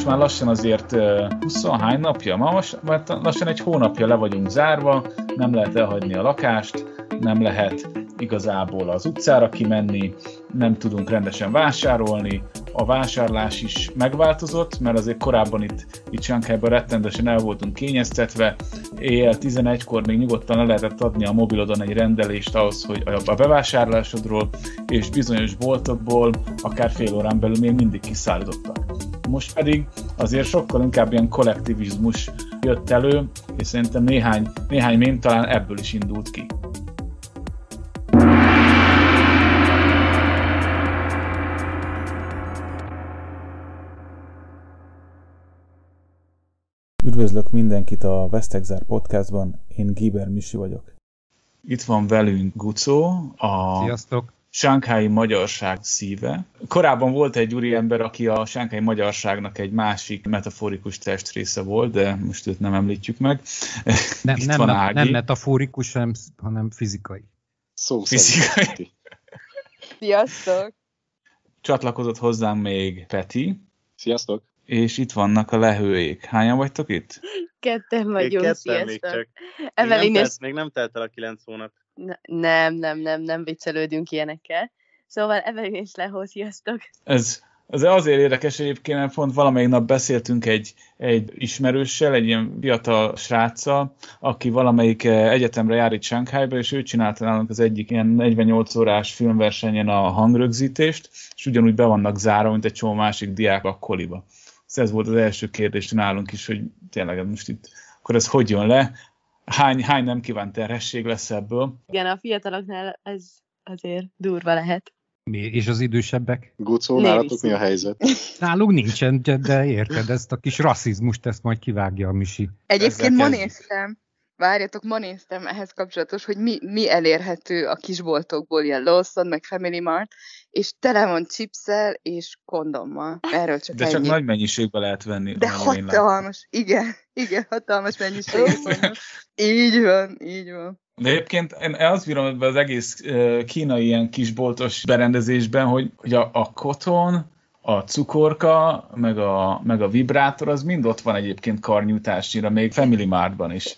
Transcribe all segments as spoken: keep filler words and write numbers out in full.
már lassan azért huszonhány napja, ma most lassan egy hónapja le vagyunk zárva, nem lehet elhagyni a lakást, nem lehet igazából az utcára kimenni, nem tudunk rendesen vásárolni, a vásárlás is megváltozott, mert azért korábban itt, itt Shanghaiban rettendesen el voltunk kényeztetve, éjjel tizenegykor még nyugodtan le lehetett adni a mobilodon egy rendelést ahhoz, hogy a bevásárlásodról, és bizonyos boltokból akár fél órán belül még mindig kiszállítottak. Most pedig azért sokkal inkább ilyen kollektivizmus jött elő, és szerintem néhány, néhány mém talán ebből is indult ki. Üdvözlök mindenkit a Vesztegzár podcastban, én Giber Misi vagyok. Itt van velünk Gucó, a Sziasztok. Shanghai magyarság szíve. Korábban volt egy úriember, aki a Shanghai magyarságnak egy másik metaforikus testrésze volt, de most őt nem említjük meg. Nem, nem, nem, nem metaforikus, hanem, hanem fizikai. Szó fizikai. Sziasztok! Csatlakozott hozzám még Peti. Sziasztok! És itt vannak a lehőék. Hányan vagytok itt? Ketten vagyunk, ketten sziasztok. Még, csak. Evelyn még, nem és... telt, még nem telt el a kilenc hónap. Nem, nem, nem, nem viccelődünk ilyenekkel. Szóval Evelyn és Lehó, sziasztok. Ez, ez azért érdekes egyébként, mert pont valamelyik nap beszéltünk egy, egy ismerőssel, egy ilyen fiatal sráccal, aki valamelyik egyetemre jár itt Shanghaiba, és ő csinálta nálunk az egyik ilyen negyvennyolc órás filmversenyen a hangrögzítést, és ugyanúgy be vannak zárva, mint egy csomó másik diák a koliba. Ez volt az első kérdés nálunk is, hogy tényleg most itt, akkor ez hogy jön le? Hány, hány nem kívánt terhesség lesz ebből? Igen, a fiataloknál ez azért durva lehet. Mi? És az idősebbek? Gucó, nálatok mi a helyzet? Nálunk nincsen, de érted, ezt a kis rasszizmust, ezt majd kivágja a Misi. Egyébként ma néztem, várjatok, ma néztem ehhez kapcsolatos, hogy mi, mi elérhető a kisboltokból, ilyen Lawson, meg Family Mart, és tele van chipszel és kondommal. Erről csak De ennyi. csak nagy mennyiségben lehet venni. De hatalmas, igen, igen, hatalmas mennyiségben. Így van, így van. De egyébként én azt bírom ebben az egész kínai ilyen kisboltos berendezésben, hogy, hogy a, a koton, a cukorka, meg a, meg a vibrátor, az mind ott van egyébként karnyújtásnyira, még Family Martban is.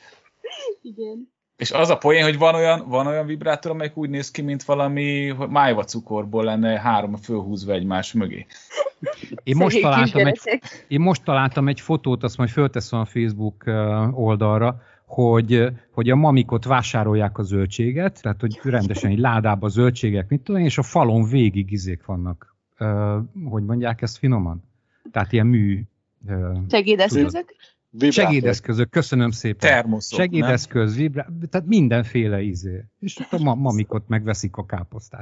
Igen. És az a poén, hogy van olyan, van olyan vibrátor, amelyik úgy néz ki, mint valami májva cukorból lenne három fölhúzva egymás mögé. Én most, találtam egy, én most találtam egy fotót, azt majd fölteszem a Facebook oldalra, hogy, hogy a mamikot vásárolják a zöldséget, tehát hogy rendesen egy ládába a zöldségek, mit tudom én, és a falon végig izék vannak. Uh, hogy mondják ezt finoman? Tehát ilyen mű... Uh, Segédeszközök? Vibrátor. Segédeszközök, köszönöm szépen. Termoszok, Segédeszköz, vibrá... tehát mindenféle izé. És a ma- mamikot megveszik a káposztát.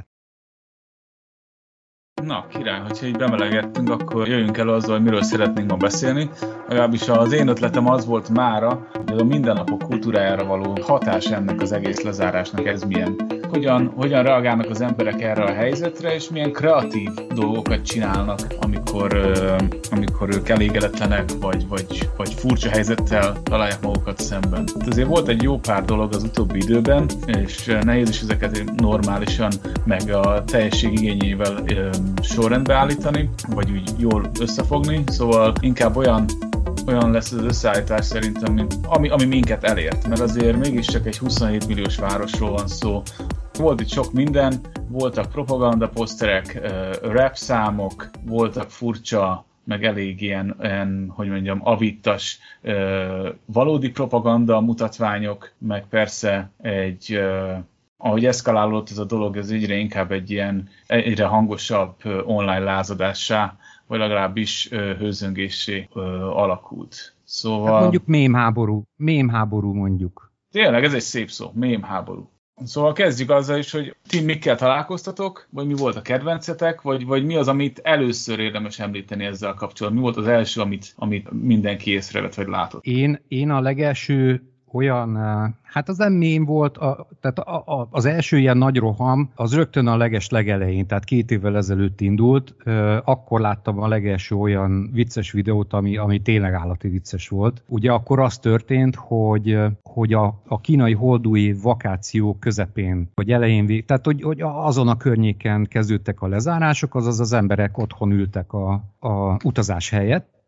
Na, király, hogyha így bemelegettünk, akkor jöjjünk el azzal, hogy miről szeretnénk ma beszélni. Legalábbis az én ötletem az volt mára, hogy a mindennapok kultúrájára való hatás ennek az egész lezárásnak ez milyen. Hogyan, hogyan reagálnak az emberek erre a helyzetre, és milyen kreatív dolgokat csinálnak, amikor, uh, amikor ők elégedetlenek, vagy, vagy, vagy furcsa helyzettel találják magukat szemben. Azért volt egy jó pár dolog az utóbbi időben, és nehéz is ezeket normálisan, meg a teljesség igényével um, sorrendbe állítani, vagy úgy jól összefogni, szóval inkább olyan, olyan lesz az összeállítás szerintem, mint ami, ami minket elért, mert azért mégiscsak egy huszonhét milliós városról van szó. Volt itt sok minden, voltak propagandaposzterek, rap számok, voltak furcsa, meg elég ilyen, ilyen hogy mondjam, avittas valódi propaganda mutatványok, meg persze egy... ahogy eszkalálódott ez a dolog, ez egyre inkább egy ilyen egyre hangosabb online lázadássá, vagy legalábbis hőzöngéssé alakult. Szóval... Hát mondjuk mémháború, mémháború mondjuk. Tényleg, ez egy szép szó, mémháború. Szóval kezdjük azzal is, hogy ti mikkel találkoztatok, vagy mi volt a kedvencetek, vagy, vagy mi az, amit először érdemes említeni ezzel kapcsolatban? Mi volt az első, amit, amit mindenki észrevett, vagy látott? Én, én a legelső olyan, hát az nem mém volt, a, tehát a, a, az első ilyen nagy roham, az rögtön a leges legelején, tehát két évvel ezelőtt indult, akkor láttam a legelső olyan vicces videót, ami, ami tényleg állati vicces volt. Ugye akkor az történt, hogy, hogy a, a kínai holdúj vakáció közepén, vagy elején, tehát hogy, hogy azon a környéken kezdődtek a lezárások, azaz az emberek otthon ültek a, a utazás helyett,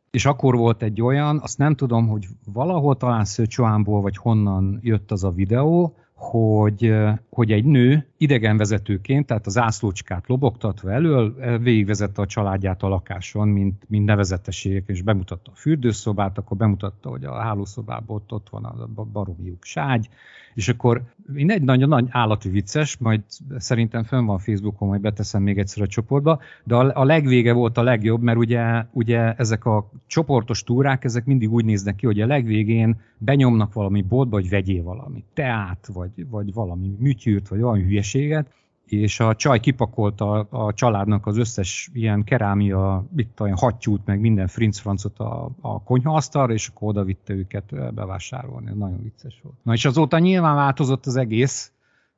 És akkor volt egy olyan, azt nem tudom, hogy valahol talán Szöcsuánból, vagy honnan jött az a videó, hogy, hogy egy nő idegenvezetőként, tehát az zászlócskát lobogtatva elől végigvezette a családját a lakáson, mint, mint nevezetességek, és bemutatta a fürdőszobát, akkor bemutatta, hogy a hálószobában ott, ott van a baromi ságy, és akkor egy nagyon nagy állati vicces, majd szerintem fönn van Facebookon, majd beteszem még egyszer a csoportba, de a, a legvége volt a legjobb, mert ugye, ugye ezek a csoportos túrák, ezek mindig úgy néznek ki, hogy a legvégén benyomnak valami boltba, hogy vegyél valami teát, vagy, vagy valami műtyűrt, vagy valami hülyeséget, és a csaj kipakolta a, a családnak az összes ilyen kerámia, itt olyan hattyút, meg minden frincfrancot a, a konyhaasztalra, és akkor oda vitte őket bevásárolni. Nagyon vicces volt. Na és azóta nyilván változott az egész,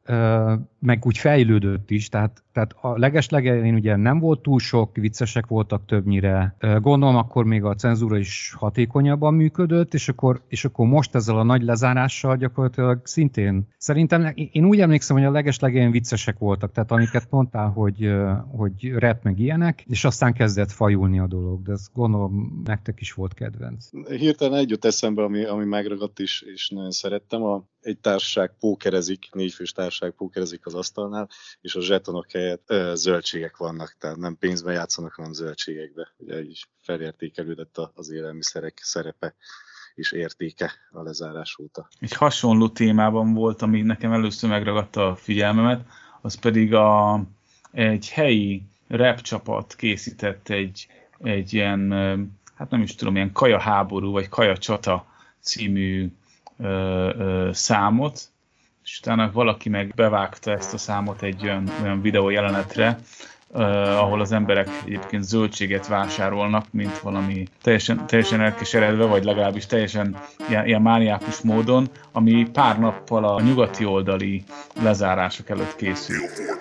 meg úgy fejlődött is, tehát, tehát a legeslegelején ugye nem volt túl sok, viccesek voltak többnyire. Gondolom akkor még a cenzúra is hatékonyabban működött, és akkor, és akkor most ezzel a nagy lezárással gyakorlatilag szintén. Szerintem én úgy emlékszem, hogy a legeslegelején viccesek voltak, tehát amiket mondtál, hogy, hogy rap meg ilyenek, és aztán kezdett fajulni a dolog, de ezt gondolom nektek is volt kedvenc. Hirtelen egy jut eszembe, ami, ami megragadt is, és nagyon szerettem, a egy társaság pókerezik, négyfős társaság pókerezik az asztalnál, és a zsetonok helyett ö, zöldségek vannak, tehát nem pénzben játszanak, hanem zöldségekbe. Ugye így felértékelődött az élelmiszerek szerepe és értéke a lezárás óta. Egy hasonló témában volt, ami nekem először megragadta a figyelmemet, az pedig a, egy helyi rap csapat készített egy, egy ilyen, hát nem is tudom, ilyen kajaháború, vagy kajacsata című Ö, ö, számot, és utána valaki meg bevágta ezt a számot egy olyan, olyan videó jelenetre, ö, ahol az emberek egyébként zöldséget vásárolnak, mint valami teljesen, teljesen elkeseredve, vagy legalábbis teljesen ilyen, ilyen mániákus módon, ami pár nappal a nyugati oldali lezárások előtt készül.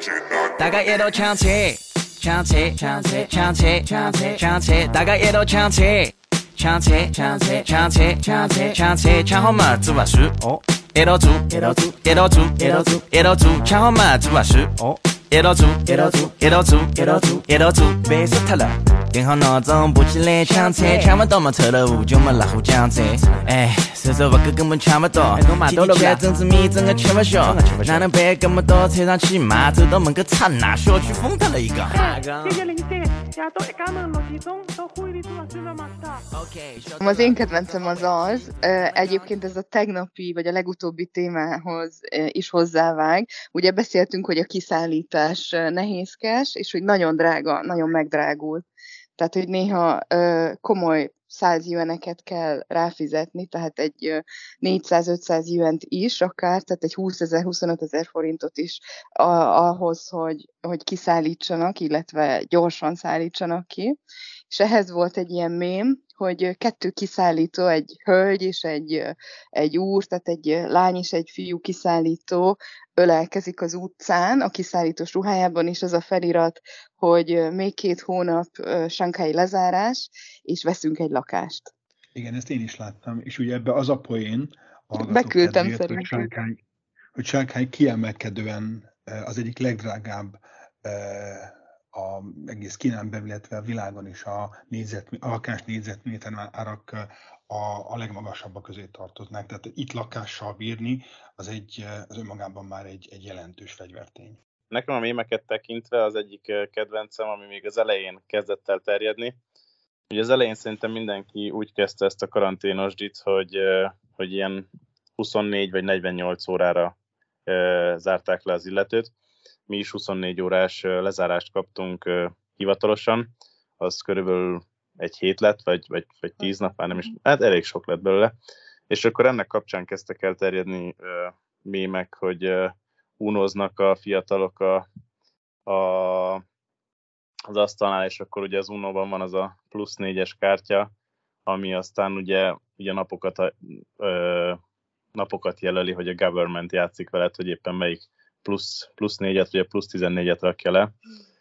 抢钱，抢钱，抢钱，抢钱，抢钱，抢好嘛，做法事哦。一道做，一道做，一道做，一道做，一道做，抢好嘛，做法事哦。一道做，一道做，一道做，一道做，一道做，别说他了。定好闹钟，不起来抢车，抢不到嘛臭豆腐就没拉虎讲车。哎，谁说我哥根本抢不到？天天全整子米，整个吃不消。哪能白这么多？车上骑马，走到门口刹那，小区封他了一个。 Az én kedvencem az az, egyébként ez a tegnapi, vagy a legutóbbi témához is hozzávág. Ugye beszéltünk, hogy a kiszállítás nehézkes, és hogy nagyon drága, nagyon megdrágult. Tehát, hogy néha komoly száz juaneket kell ráfizetni, tehát egy négyszáz-ötszáz juant is akár, tehát egy húszezer-huszonöt ezer forintot is ahhoz, hogy, hogy kiszállítsanak, illetve gyorsan szállítsanak ki. És ehhez volt egy ilyen mém, hogy kettő kiszállító, egy hölgy és egy, egy úr, tehát egy lány és egy fiú kiszállító ölelkezik az utcán, a kiszállítós ruhájában is az a felirat, hogy még két hónap sanghái lezárás, és veszünk egy lakást. Igen, ezt én is láttam, és ugye ebbe az a poén, beküldtem szerintem, hogy, hogy Sanghái kiemelkedően az egyik legdrágább a egész Kínában, illetve a világon is a, négyzet, a lakás négyzetméter árak a, a legmagasabbak közé tartoznak. Tehát itt lakással bírni, az, egy, az önmagában már egy, egy jelentős fegyvertény. Nekem a mémeket tekintve az egyik kedvencem, ami még az elején kezdett el terjedni. Ugye az elején szerintem mindenki úgy kezdte ezt a karanténosdit, hogy, hogy ilyen huszonnégy vagy negyvennyolc órára zárták le az illetőt. Mi is huszonnégy órás lezárást kaptunk hivatalosan, az körülbelül egy hét lett, vagy, vagy, vagy tíz nap, már nem is, hát elég sok lett belőle. És akkor ennek kapcsán kezdtek el terjedni uh, mémek, hogy uh, unoznak a fiatalok a, a, az asztalnál, és akkor ugye az unóban van az a plusz négyes kártya, ami aztán ugye, ugye napokat, uh, napokat jelöli, hogy a government játszik veled, hogy éppen melyik plusz, plusz négyet, ugye plusz tizennégyet rakja le.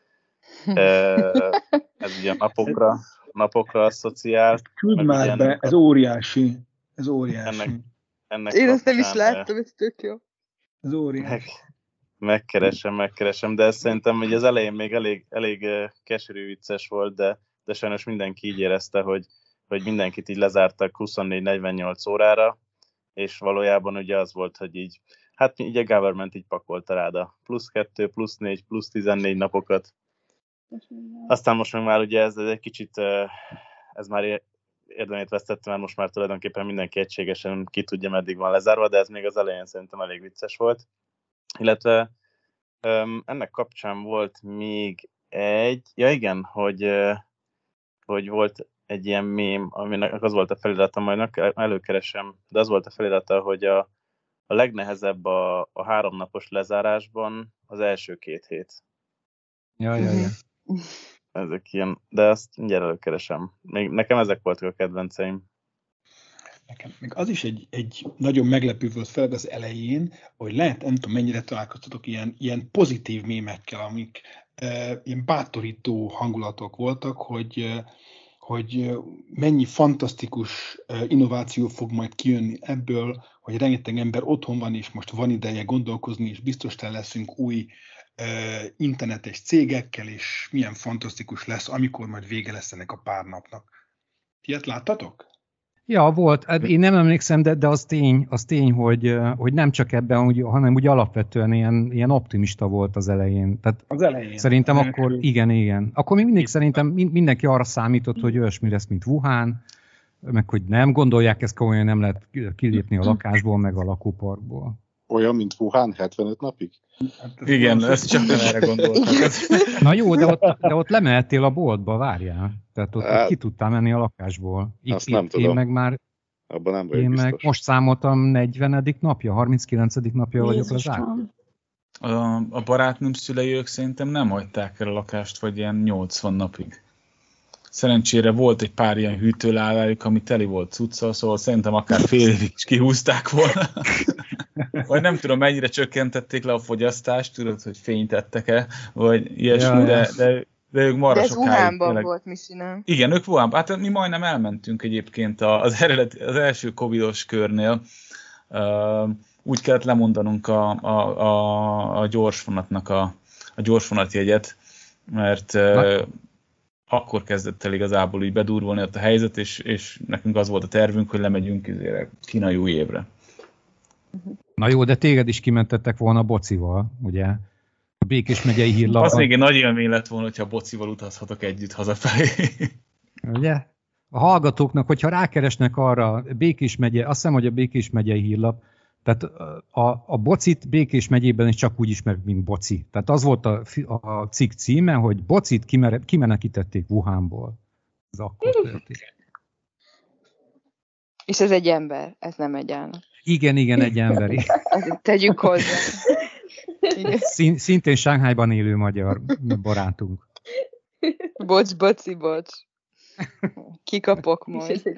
Ez ugye napokra, napokra asszociál. Küld már be, ez óriási. Ez óriási. Ennek, ennek Én ezt nem is láttam, ez tök jó. Ez óriási. Meg, megkeresem, megkeresem, de ez szerintem hogy az elején még elég, elég keserű vicces volt, de, de sajnos mindenki így érezte, hogy, hogy mindenkit így lezártak huszonnégy negyvennyolc órára, és valójában ugye az volt, hogy így, hát így a government így pakolta rád a plusz kettő, plusz négy, plusz tizennégy napokat. Aztán most meg már ugye ez egy kicsit, ez már érdemét vesztette, mert most már tulajdonképpen mindenki egységesen ki tudja, meddig van lezárva, de ez még az elején szerintem elég vicces volt. Illetve um, ennek kapcsán volt még egy, ja igen, hogy, hogy volt egy ilyen mém, aminek az volt a felirata, majd előkeresem, de az volt a felirata, hogy a, a legnehezebb a, a háromnapos lezárásban az első két hét. Ja, ja, ja. Ezek ilyen, de azt mindjárt előkeresem. Még nekem ezek voltak a kedvenceim. Nekem még az is egy, egy nagyon meglepő volt, főleg az elején, hogy lehet, nem tudom, mennyire találkoztatok ilyen, ilyen pozitív mémekkel, amik e, ilyen bátorító hangulatok voltak, hogy, hogy mennyi fantasztikus innováció fog majd kijönni ebből, hogy rengeteg ember otthon van, és most van ideje gondolkozni, és biztosan leszünk új internetes cégekkel, és milyen fantasztikus lesz, amikor majd vége lesz ennek a pár napnak. Ilyet láttatok? Ja, volt. Én nem emlékszem, de, de az tény, az tény hogy, hogy nem csak ebben, hanem úgy alapvetően ilyen, ilyen optimista volt az elején. Tehát az elején. Szerintem akkor, igen, igen. Akkor még mindig szerintem mindenki arra számított, hogy olyasmi lesz, mint Wuhan, meg hogy nem gondolják, ezt komolyan nem lehet kilépni a lakásból, meg a lakóparkból. Olyan, mint Wuhan hetvenöt napig? Hát ez igen, ezt csak nem erre gondoltam. Na jó, de ott, de ott lemehettél a boltba, várjál. Tehát ott, hát, ott ki tudtál menni a lakásból. Itt, azt nem itt, tudom. Én meg már abban nem vagyok én biztos. meg most számoltam negyvenedik napja, harminckilencedik napja vagyok lezárt. A, a barátnőm szülei ők szerintem nem hagyták el a lakást, vagy ilyen nyolcvan napig. Szerencsére volt egy pár ilyen hűtőládájuk, ami teli volt cuccal, szóval szerintem akár fél évig is kihúzták volna. Vagy nem tudom, mennyire csökkentették le a fogyasztást, tudod, hogy fényt ettek-e, vagy ilyesmi, ja, de, de, de ők marra de ez sokáig. Wuhanban tényleg... volt, Misi, nem? Igen, ők Wuhanban. Hát mi majdnem elmentünk egyébként az, eredet, az első covidos körnél. Uh, úgy kellett lemondanunk a, a, a, a gyorsvonatnak a, a gyorsvonatjegyet, mert uh, akkor kezdett el igazából így bedurvolni ott a helyzet, és, és nekünk az volt a tervünk, hogy lemegyünk izére, kínai új évre. Na jó, de téged is kimentettek volna bocival, ugye? A Békés megyei hírlapban. Az még egy nagy élmény lett volna, hogyha bocival utazhatok együtt hazafelé. Ugye? A hallgatóknak, hogyha rákeresnek arra, Békés megye, azt hiszem, hogy a Békés megyei hírlap, tehát a, a bocit Békés megyében is csak úgy ismerik, mint boci. Tehát az volt a, a cikk címe, hogy bocit kimere, kimenekítették Wuhanból. Ez akkor történt. És ez egy ember, ez nem egy állat. Igen, igen, egy emberi. Azért tegyük hozzá. Szín, szintén Sánghájban élő magyar barátunk. Bocs, boci, bocs. Kikapok majd.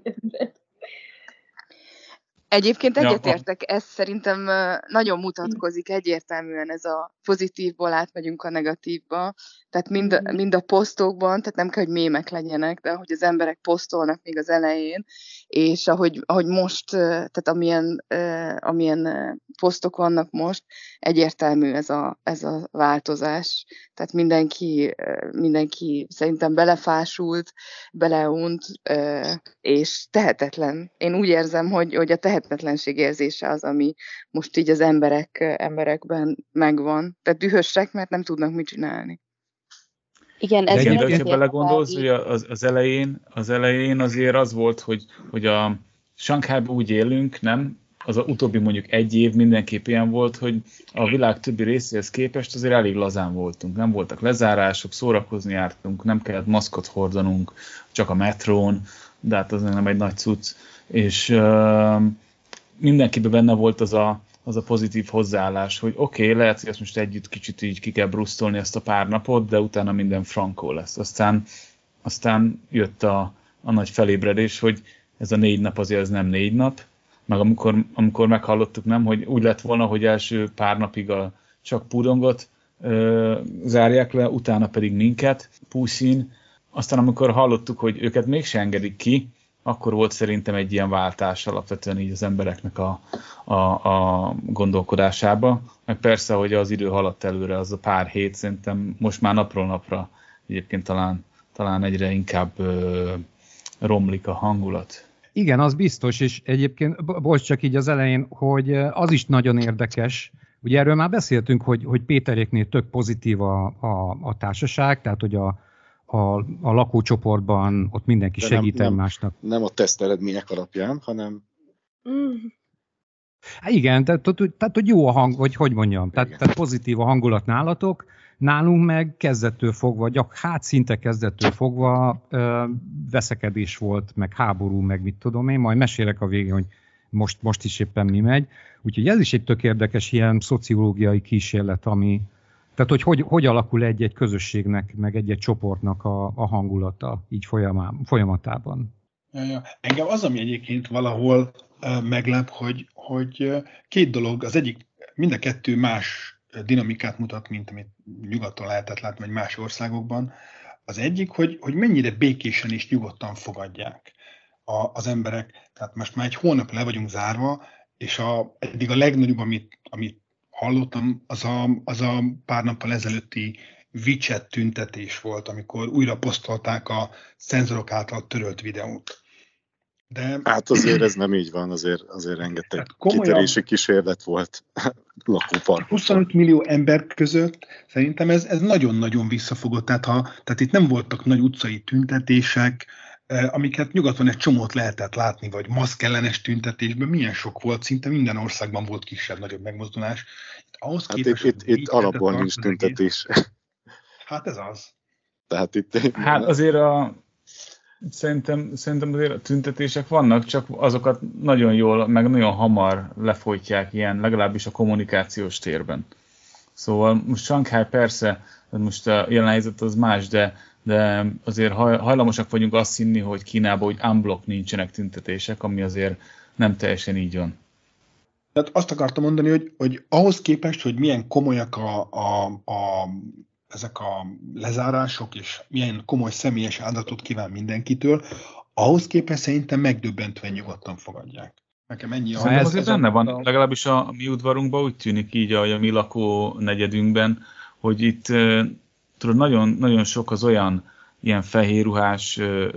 Egyébként egyetértek, ez szerintem nagyon mutatkozik egyértelműen ez a pozitívból átmegyünk a negatívba, tehát mind, mind a posztokban, tehát nem kell, hogy mémek legyenek, de ahogy az emberek posztolnak még az elején, és ahogy, ahogy most, tehát amilyen, amilyen posztok vannak most, egyértelmű ez a, ez a változás. Tehát mindenki, mindenki szerintem belefásult, beleunt, és tehetetlen. Én úgy érzem, hogy, hogy a tehetetlenség érzése az, ami most így az emberek, emberekben megvan. Tehát dühösek, mert nem tudnak mit csinálni. Igen, ez igen, de hogyha belegondolsz, hogy az, az, elején, az elején azért az volt, hogy, hogy a Sánkhájban úgy élünk, nem? Az a utóbbi mondjuk egy év mindenképp ilyen volt, hogy a világ többi részéhez képest azért elég lazán voltunk. Nem voltak lezárások, szórakozni jártunk, nem kellett maszkot hordanunk, csak a metrón, de hát az nem egy nagy cucc. És uh, mindenkiben benne volt az a, az a pozitív hozzáállás, hogy oké, okay, lehet, hogy ezt most együtt kicsit így ki kell brusztolni ezt a pár napot, de utána minden frankó lesz. Aztán, aztán jött a, a nagy felébredés, hogy ez a négy nap azért ez nem négy nap, meg amikor, amikor meghallottuk, nem, hogy úgy lett volna, hogy első pár napig a csak Pudongot ö, zárják le, utána pedig minket, Puszin. Aztán amikor hallottuk, hogy őket mégse engedik ki, akkor volt szerintem egy ilyen váltás alapvetően így az embereknek a, a, a gondolkodásába. Meg persze, hogy az idő haladt előre, az a pár hét, szerintem most már napról napra egyébként talán, talán egyre inkább ö, romlik a hangulat. Igen, az biztos, és egyébként, bocs, csak így az elején, hogy az is nagyon érdekes. Ugye erről már beszéltünk, hogy, hogy Péteréknél tök pozitív a, a, a társaság, tehát hogy a, a, a lakócsoportban ott mindenki De segít nem, egymásnak. Nem, nem a teszt eredmények alapján, hanem... Mm. Igen, tehát, tehát hogy jó a hang, vagy hogy mondjam, tehát, tehát pozitív a hangulat nálatok, nálunk meg kezdettől fogva, gyak, hát szinte kezdettől fogva ö, veszekedés volt, meg háború, meg mit tudom én, majd mesélek a végén, hogy most, most is éppen mi megy. Úgyhogy ez is egy tök érdekes ilyen szociológiai kísérlet, ami, tehát hogy, hogy hogy alakul egy-egy közösségnek, meg egy-egy csoportnak a, a hangulata így folyamá, folyamatában. Ja, ja. Engem az, ami egyébként valahol uh, meglep, hogy, hogy uh, két dolog, az egyik, mind a kettő más dinamikát mutat, mint amit nyugaton lehetett látni, vagy más országokban. Az egyik, hogy, hogy mennyire békésen és nyugodtan fogadják a, az emberek. Tehát most már egy hónap le vagyunk zárva, és a, eddig a legnagyobb, amit, amit hallottam, az a, az a pár nappal ezelőtti WeChat tüntetés volt, amikor újra posztolták a szenzorok által törölt videót. De... Hát azért ez nem így van, azért, azért rengeteg hát komolyan... kitörési kísérlet volt lakóparkokban. huszonöt millió ember között szerintem ez, ez nagyon-nagyon visszafogott. Tehát, ha, tehát itt nem voltak nagy utcai tüntetések, amiket nyugaton egy csomót lehetett látni, vagy maszkellenes tüntetésben milyen sok volt, szinte minden országban volt kisebb-nagyobb megmozdulás. Itt ahhoz hát képest, itt, itt, itt alapból nincs tüntetés. Hát ez az. Tehát itt... Hát azért a... Szerintem, szerintem azért a tüntetések vannak, csak azokat nagyon jól, meg nagyon hamar lefolytják ilyen, legalábbis a kommunikációs térben. Szóval most Shanghai persze, most a jelen helyzet az más, de, de azért hajlamosak vagyunk azt hinni, hogy Kínában úgy unblock nincsenek tüntetések, ami azért nem teljesen így van. Tehát azt akartam mondani, hogy, hogy ahhoz képest, hogy milyen komolyak a, a, a ezek a lezárások, és milyen komoly személyes áldozatot kíván mindenkitől, ahhoz képest szerintem megdöbbentően nyugodtan fogadják. Nekem ennyi. Szerintem ez, azért ez benne a... van, legalábbis a mi udvarunkban úgy tűnik így, a, a mi lakó negyedünkben, hogy itt tudod, nagyon, nagyon sok az olyan ilyen fehérruhás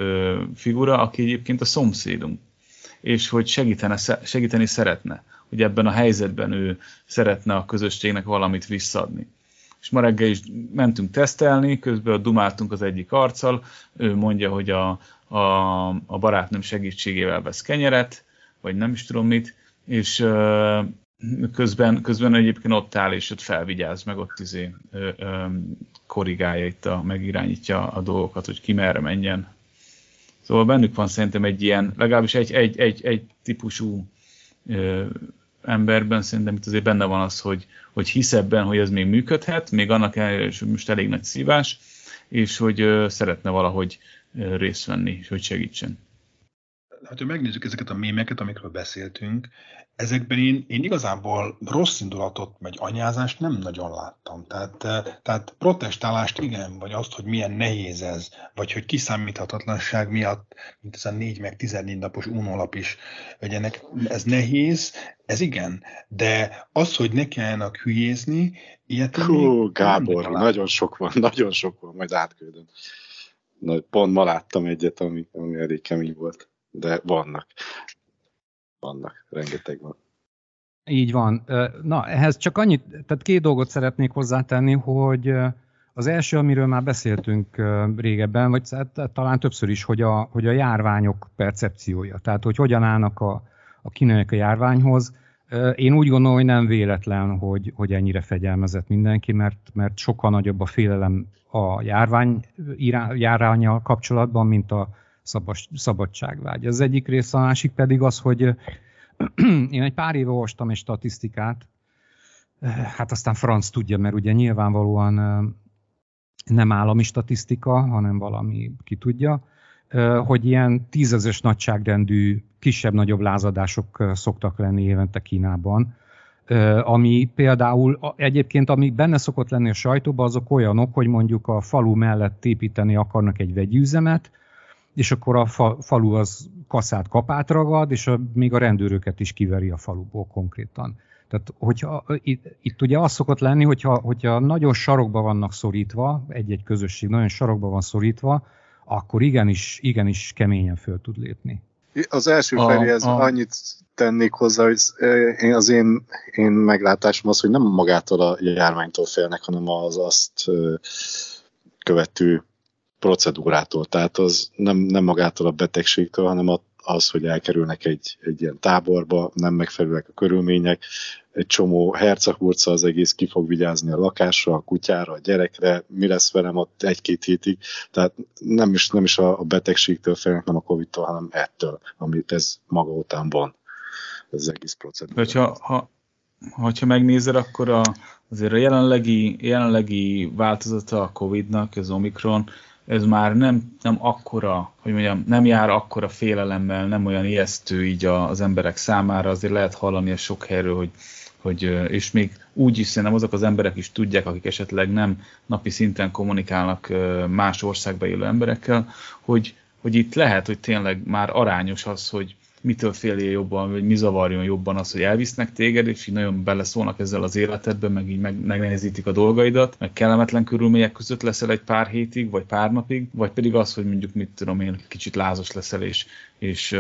figura, aki egyébként a szomszédunk, és hogy segítene, segíteni szeretne, hogy ebben a helyzetben ő szeretne a közösségnek valamit visszaadni. És ma reggel is mentünk tesztelni, közben dumáltunk az egyik arccal, ő mondja, hogy a, a, a barátnőm segítségével vesz kenyeret, vagy nem is tudom mit, és ö, közben, közben egyébként ott áll, és ott felvigyáz, meg ott izé, ö, ö, korrigálja itt, a, megirányítja a dolgokat, hogy ki merre menjen. Szóval bennük van szerintem egy ilyen, legalábbis egy, egy, egy, egy típusú ö, emberben szerintem itt azért benne van az, hogy, hogy hisz ebben, hogy ez még működhet, még annak ellenére, hogy most elég nagy szívás, és hogy ö, szeretne valahogy ö, részt venni, és hogy segítsen. Hát, ha megnézzük ezeket a mémeket, amikről beszéltünk, ezekben én, én igazából rossz indulatot, vagy anyázást nem nagyon láttam. Tehát, tehát protestálást igen, vagy azt, hogy milyen nehéz ez, vagy hogy kiszámíthatatlanság miatt, mint ez a négy meg tizennégy napos unólap is, hogy ennek ez nehéz, ez igen, de az, hogy ne kelljenek hülyézni, ilyet Hú, Gábor, nagyon sok van, nagyon sok van, majd átküldöm. Na, pont ma láttam egyet, ami, ami elég kemény volt. De vannak. Vannak. Rengeteg van. Így van. Na, ehhez csak annyit, tehát két dolgot szeretnék hozzátenni, hogy az első, amiről már beszéltünk régebben, vagy talán többször is, hogy a, hogy a járványok percepciója. Tehát, hogy hogyan állnak a, a kínaiak a járványhoz. Én úgy gondolom, hogy nem véletlen, hogy, hogy ennyire fegyelmezett mindenki, mert, mert sokkal nagyobb a félelem a járvány járvánnyal kapcsolatban, mint a szabadságvágy. Ez az egyik része, a másik pedig az, hogy én egy pár éve olvastam egy statisztikát, hát aztán franc tudja, mert ugye nyilvánvalóan nem állami statisztika, hanem valami ki tudja, hogy ilyen tízezres nagyságrendű kisebb-nagyobb lázadások szoktak lenni évente Kínában, ami például egyébként, ami benne szokott lenni a sajtóban, azok olyanok, hogy mondjuk a falu mellett építeni akarnak egy vegyüzemet, és akkor a fa, falu az kaszát kapát ragad, és a, még a rendőröket is kiveri a faluból konkrétan. Tehát hogyha, itt, itt ugye az szokott lenni, hogyha, hogyha nagyon sarokba vannak szorítva, egy-egy közösség nagyon sarokba van szorítva, akkor igenis, igenis keményen föl tud lépni. Az első feléhez annyit tennék hozzá, hogy én, az én, én meglátásom az, hogy nem magától a járványtól félnek, hanem az azt követő procedúrától. Tehát az nem, nem magától a betegségtől, hanem az, hogy elkerülnek egy, egy ilyen táborba, nem megfelelőek a körülmények, egy csomó hercahurca az egész, ki fog vigyázni a lakásra, a kutyára, a gyerekre, mi lesz velem ott egy-két hétig. Tehát nem is, nem is a betegségtől félnek, nem a Covid-tól, hanem ettől, amit ez maga után van. Ez az egész procedúra. Hogyha, ha, hogyha megnézed, akkor a, azért a jelenlegi, jelenlegi változata a Covid-nak, az Omikron, ez már nem, nem akkora, hogy mondjam, nem jár akkora félelemmel, nem olyan ijesztő így az emberek számára, azért lehet hallani a sok helyről, hogy, hogy és még úgy is szerintem azok az emberek is tudják, akik esetleg nem napi szinten kommunikálnak más országba élő emberekkel, hogy, hogy itt lehet, hogy tényleg már arányos az, hogy mitől féljél jobban, vagy mi zavarjon jobban az, hogy elvisznek téged, és így nagyon beleszólnak ezzel az életedben, meg így megnehezítik a dolgaidat, meg kellemetlen körülmények között leszel egy pár hétig, vagy pár napig, vagy pedig az, hogy mondjuk mit tudom én, kicsit lázas leszel, és, és,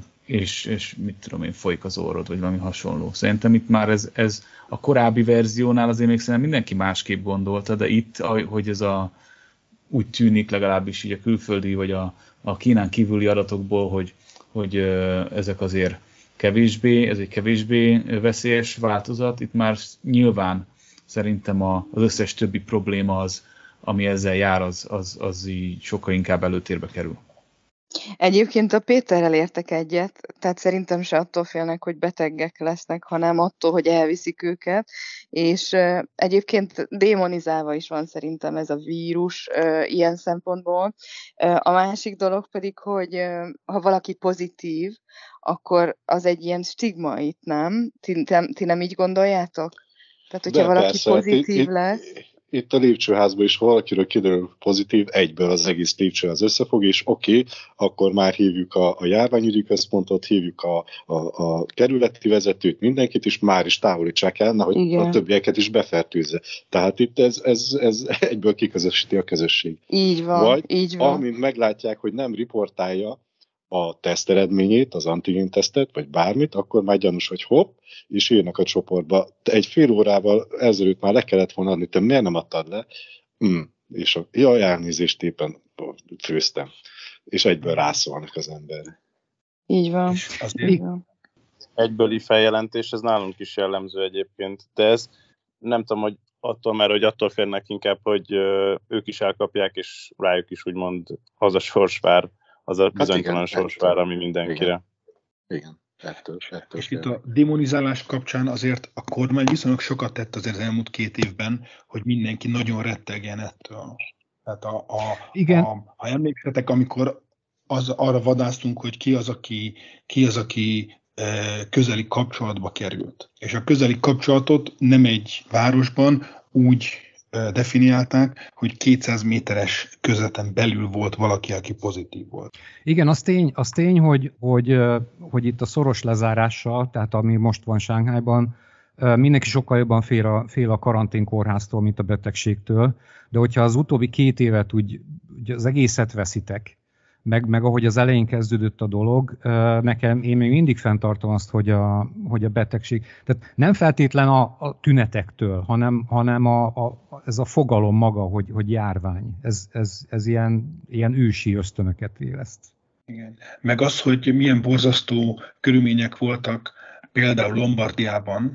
és, és mit tudom én, folyik az orrod, vagy valami hasonló. Szerintem itt már ez, ez a korábbi verziónál azért még szerintem mindenki másképp gondolta, de itt, hogy ez a úgy tűnik legalábbis így a külföldi, vagy a, a Kínán kívüli adatokból, hogy hogy ezek azért kevésbé, ez egy kevésbé veszélyes változat. Itt már nyilván szerintem az összes többi probléma az, ami ezzel jár, az, az, az így sokkal inkább előtérbe kerül. Egyébként a Péterrel értek egyet, tehát szerintem se attól félnek, hogy betegek lesznek, hanem attól, hogy elviszik őket, és uh, egyébként démonizálva is van szerintem ez a vírus uh, ilyen szempontból. Uh, a másik dolog pedig, hogy uh, ha valaki pozitív, akkor az egy ilyen stigma itt, nem? Ti, ti nem így gondoljátok? Tehát, hogyha De valaki persze, pozitív itt, lesz... Itt a lépcsőházban is, ha valakiről kiderül pozitív, egyből az egész lépcsőház összefog, és oké, okay, akkor már hívjuk a, a járványügyi központot, hívjuk a, a, a kerületi vezetőt, mindenkit, és már is távolítsák el, hogy igen, a többieket is befertőzze. Tehát itt ez, ez, ez egyből kiközösíti a közösség. Így van, Vagy így van. amint meglátják, hogy nem riportálja a teszt eredményét, az antigén tesztet, vagy bármit, akkor már gyanús, hogy hopp, és írnak a csoportba. Egy fél órával ezelőtt már le kellett volna adni, te miért nem adtad le? Mm. És a jaj, elnézést éppen főztem. És egyből rászólnak az emberre. Így van. Így van. Egybőli feljelentés, ez nálunk is jellemző egyébként. De ez nem tudom, hogy attól, mert hogy attól félnek inkább, hogy ők is elkapják, és rájuk is úgymond hazasors vár, az a bizonytalan hát sors vár, ami mindenkire. Igen. igen. Ettől, ettől és itt a demonizálás kapcsán azért a kormány viszonylag sokat tett azért az elmúlt két évben, hogy mindenki nagyon rettegjen ettől. Tehát a, a, Igen. A, ha emlékszetek, amikor az, arra vadásztunk, hogy ki az, aki, ki az, aki e, közeli kapcsolatba került. És a közeli kapcsolatot nem egy városban úgy definiálták, hogy kétszáz méteres közleten belül volt valaki, aki pozitív volt. Igen, az tény, az tény hogy, hogy, hogy itt a szoros lezárással, tehát ami most van Sánghájban, mindenki sokkal jobban fél a, fél a karanténkórháztól, mint a betegségtől, de hogyha az utóbbi két évet úgy, úgy az egészet veszitek, meg, meg ahogy az elején kezdődött a dolog, nekem én még mindig fenntartom azt, hogy a, hogy a betegség, tehát nem feltétlen a, a tünetektől, hanem, hanem a, a, ez a fogalom maga, hogy, hogy járvány. Ez, ez, ez ilyen, ilyen ősi ösztönöket éleszt. Igen. Meg az, hogy milyen borzasztó körülmények voltak például Lombardiában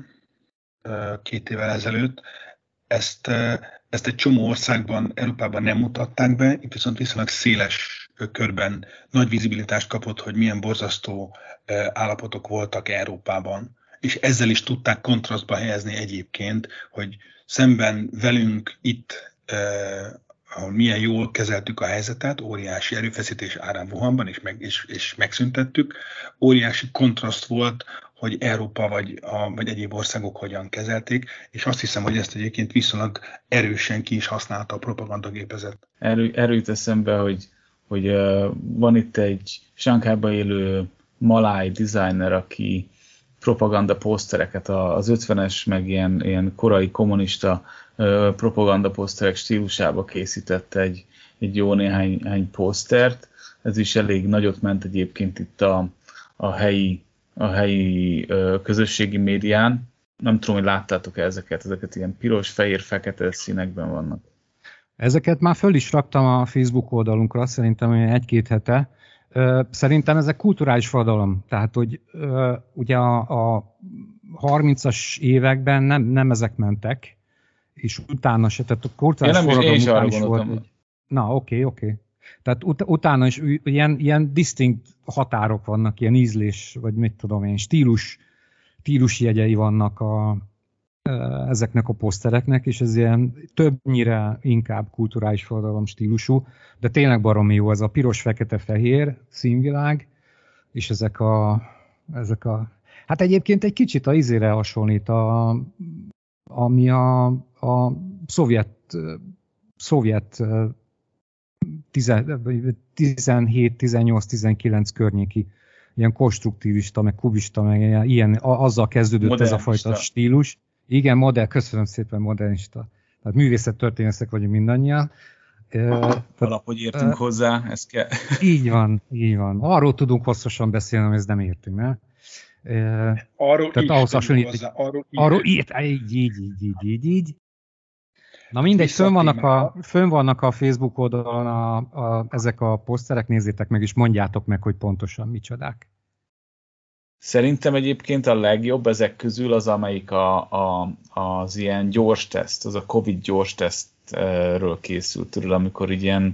két évvel ezelőtt, ezt, ezt egy csomó országban, Európában nem mutatták be, itt viszont viszonylag széles körben nagy vizibilitást kapott, hogy milyen borzasztó állapotok voltak Európában. És ezzel is tudták kontrasztba helyezni egyébként, hogy szemben velünk itt, ahol milyen jól kezeltük a helyzetet, óriási erőfeszítés árán Wuhanban, és, meg, és, és megszüntettük, óriási kontraszt volt, hogy Európa vagy, a, vagy egyéb országok hogyan kezelték, és azt hiszem, hogy ezt egyébként viszonylag erősen ki is használta a propagandagépezet. Erő, erőt eszembe, hogy hogy uh, van itt egy Sánkhájban élő maláj designer, aki propaganda posztereket, az ötvenes, meg ilyen, ilyen korai kommunista uh, propaganda poszterek stílusába készített egy, egy jó néhány, néhány posztert. Ez is elég nagyot ment egyébként itt a, a helyi, a helyi ö, közösségi médián. Nem tudom, hogy láttátok-e ezeket, ezeket ilyen piros, fehér, fekete színekben vannak. Ezeket már föl is raktam a Facebook oldalunkra, szerintem egy-két hete. Szerintem ezek kulturális forradalom. Tehát, hogy ugye a, a harmincas években nem, nem ezek mentek, és utána se, tehát a kulturális forradalom is, után is volt. Hogy... Na, oké, okay, oké. Okay. Tehát ut- utána is ilyen, ilyen distinkt határok vannak, ilyen ízlés, vagy mit tudom én, stílus, stílusjegyei vannak a, ezeknek a posztereknek, és ez ilyen többnyire inkább kulturális forradalom stílusú, de tényleg baromi jó ez a piros-fekete-fehér színvilág, és ezek a, ezek a... Hát egyébként egy kicsit a izére hasonlít, a, ami a, a szovjet, szovjet tizenhét, tizennyolc, tizenkilenc környéki ilyen konstruktivista, meg kubista, meg ilyen, azzal kezdődött modernista. Ez a fajta stílus. Igen, modern, köszönöm szépen, modernista. Tehát művészettörténészek vagyunk mindannyian. Valahogy értünk uh, hozzá, ez kell. Így van, így van. Arról tudunk hosszasan beszélni, hogy ez nem értünk, ne? Uh, arról Tehát ahhoz hasonlít, hozzá, arról, arról így, így, így, így, így, így, így. Na mindegy, fönn vannak, a, fönn vannak a Facebook oldalon a, a, ezek a poszterek, nézzétek meg, és mondjátok meg, hogy pontosan micsodák. Szerintem egyébként a legjobb ezek közül az, amelyik a, a, az ilyen gyors teszt, az a Covid gyors tesztről készült, tudod, amikor ilyen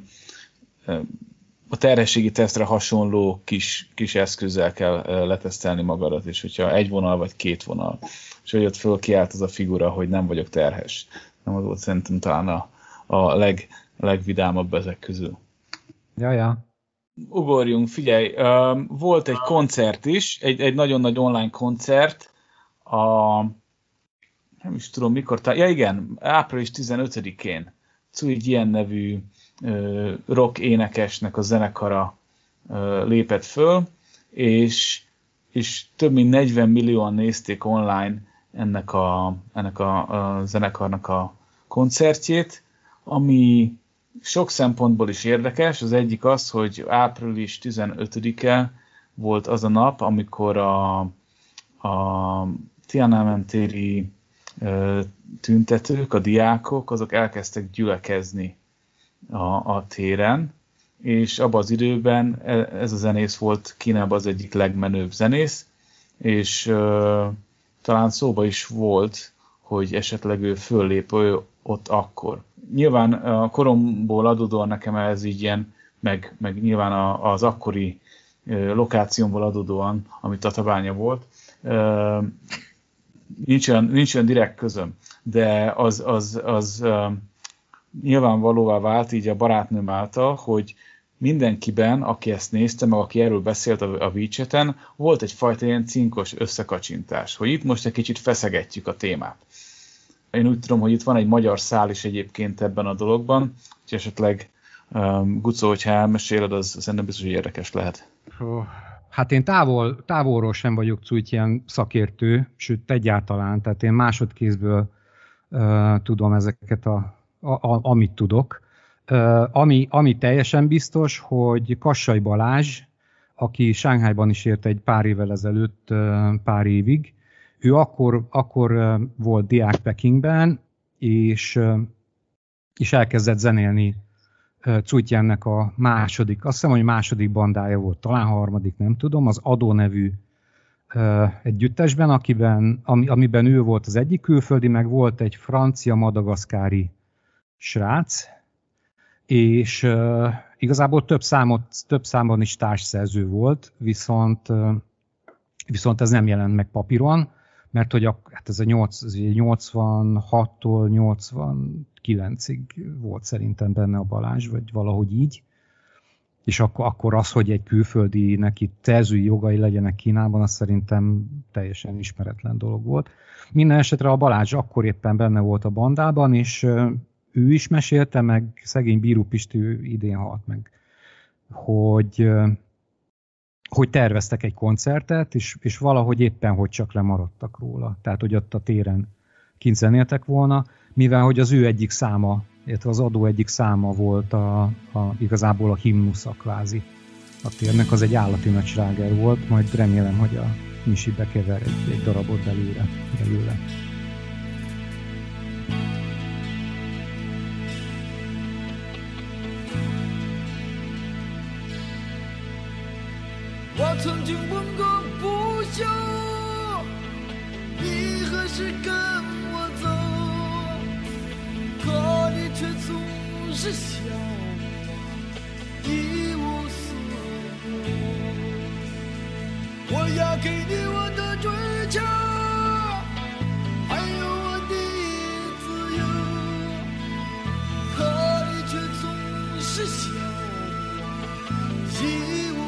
a terhességi tesztre hasonló kis, kis eszközzel kell letesztelni magadat, és hogyha egy vonal vagy két vonal, és hogy ott föl kiállt az a figura, hogy nem vagyok terhes. Nem az volt szerintem talán a, a leg, legvidámabb ezek közül. Jaja. Ugorjunk, figyelj, volt egy koncert is, egy, egy nagyon nagy online koncert, a, nem is tudom mikor, ja igen, április tizenötödikén Cui Jian nevű rock énekesnek a zenekara lépett föl, és, és több mint negyven millióan nézték online ennek a, ennek a, a zenekarnak a koncertjét, ami sok szempontból is érdekes. Az egyik az, hogy április tizenötödike volt az a nap, amikor a, a Tiananmen téri tüntetők, a diákok, azok elkezdtek gyülekezni a, a téren, és abban az időben ez a zenész volt Kínában az egyik legmenőbb zenész, és uh, talán szóba is volt, hogy esetleg ő föllép ő ott akkor. Nyilván a koromból adódóan nekem ez így ilyen, meg, meg nyilván a, az akkori uh, lokációmból adódóan, ami Tatabánya volt, uh, nincs, olyan, nincs olyan direkt közöm, de az, az, az uh, nyilvánvalóvá vált így a barátnőm által, hogy mindenkiben, aki ezt nézte, meg aki erről beszélt a, a WeChat-en, volt egyfajta ilyen cinkos összekacsintás, hogy itt most egy kicsit feszegetjük a témát. Én úgy tudom, hogy itt van egy magyar szál is egyébként ebben a dologban, hogy esetleg um, Gucó, hogyha elmeséled, az szerintem biztos, hogy érdekes lehet. Hát én távol, távolról sem vagyok úgy ilyen szakértő, sőt egyáltalán, tehát én másodkézből uh, tudom ezeket, a, a, a, amit tudok. Uh, ami, ami teljesen biztos, hogy Kassai Balázs, aki Sánghájban is élt egy pár évvel ezelőtt, uh, pár évig, ő akkor, akkor uh, volt diák Pekingben, és, uh, és elkezdett zenélni uh, Cui Jiannek a második, azt hiszem, hogy második bandája volt, talán harmadik, nem tudom, az Adó nevű uh, együttesben, akiben, ami, amiben ő volt az egyik külföldi, meg volt egy francia madagaszkári srác, és uh, igazából több, számot, több számban is társszerző volt, viszont, uh, viszont ez nem jelent meg papíron, mert hogy a, hát ez a nyolcvanhattól nyolcvankilencig volt szerintem benne a Balázs, vagy valahogy így, és akkor, akkor az, hogy egy külföldinek itt szerzői jogai legyenek Kínában, az szerintem teljesen ismeretlen dolog volt. Minden esetre a Balázs akkor éppen benne volt a bandában, és uh, ő is mesélte, meg szegény Bíró Pisti idén halt meg, hogy, hogy terveztek egy koncertet, és, és valahogy éppen hogy csak lemaradtak róla. Tehát, hogy ott a téren kint zenéltek volna, mivel hogy az ő egyik száma illetve az adó egyik száma volt a, a, igazából a himnusza kvázi. A térnek az egy állati nagy sláger volt, majd remélem, hogy a Misi bekever egy, egy darabot belőle. belőle. 我曾经问个不休，你何时跟我走？可你却总是笑我一无所有。我要给你我的追求，还有我的自由，可你却总是笑我一无。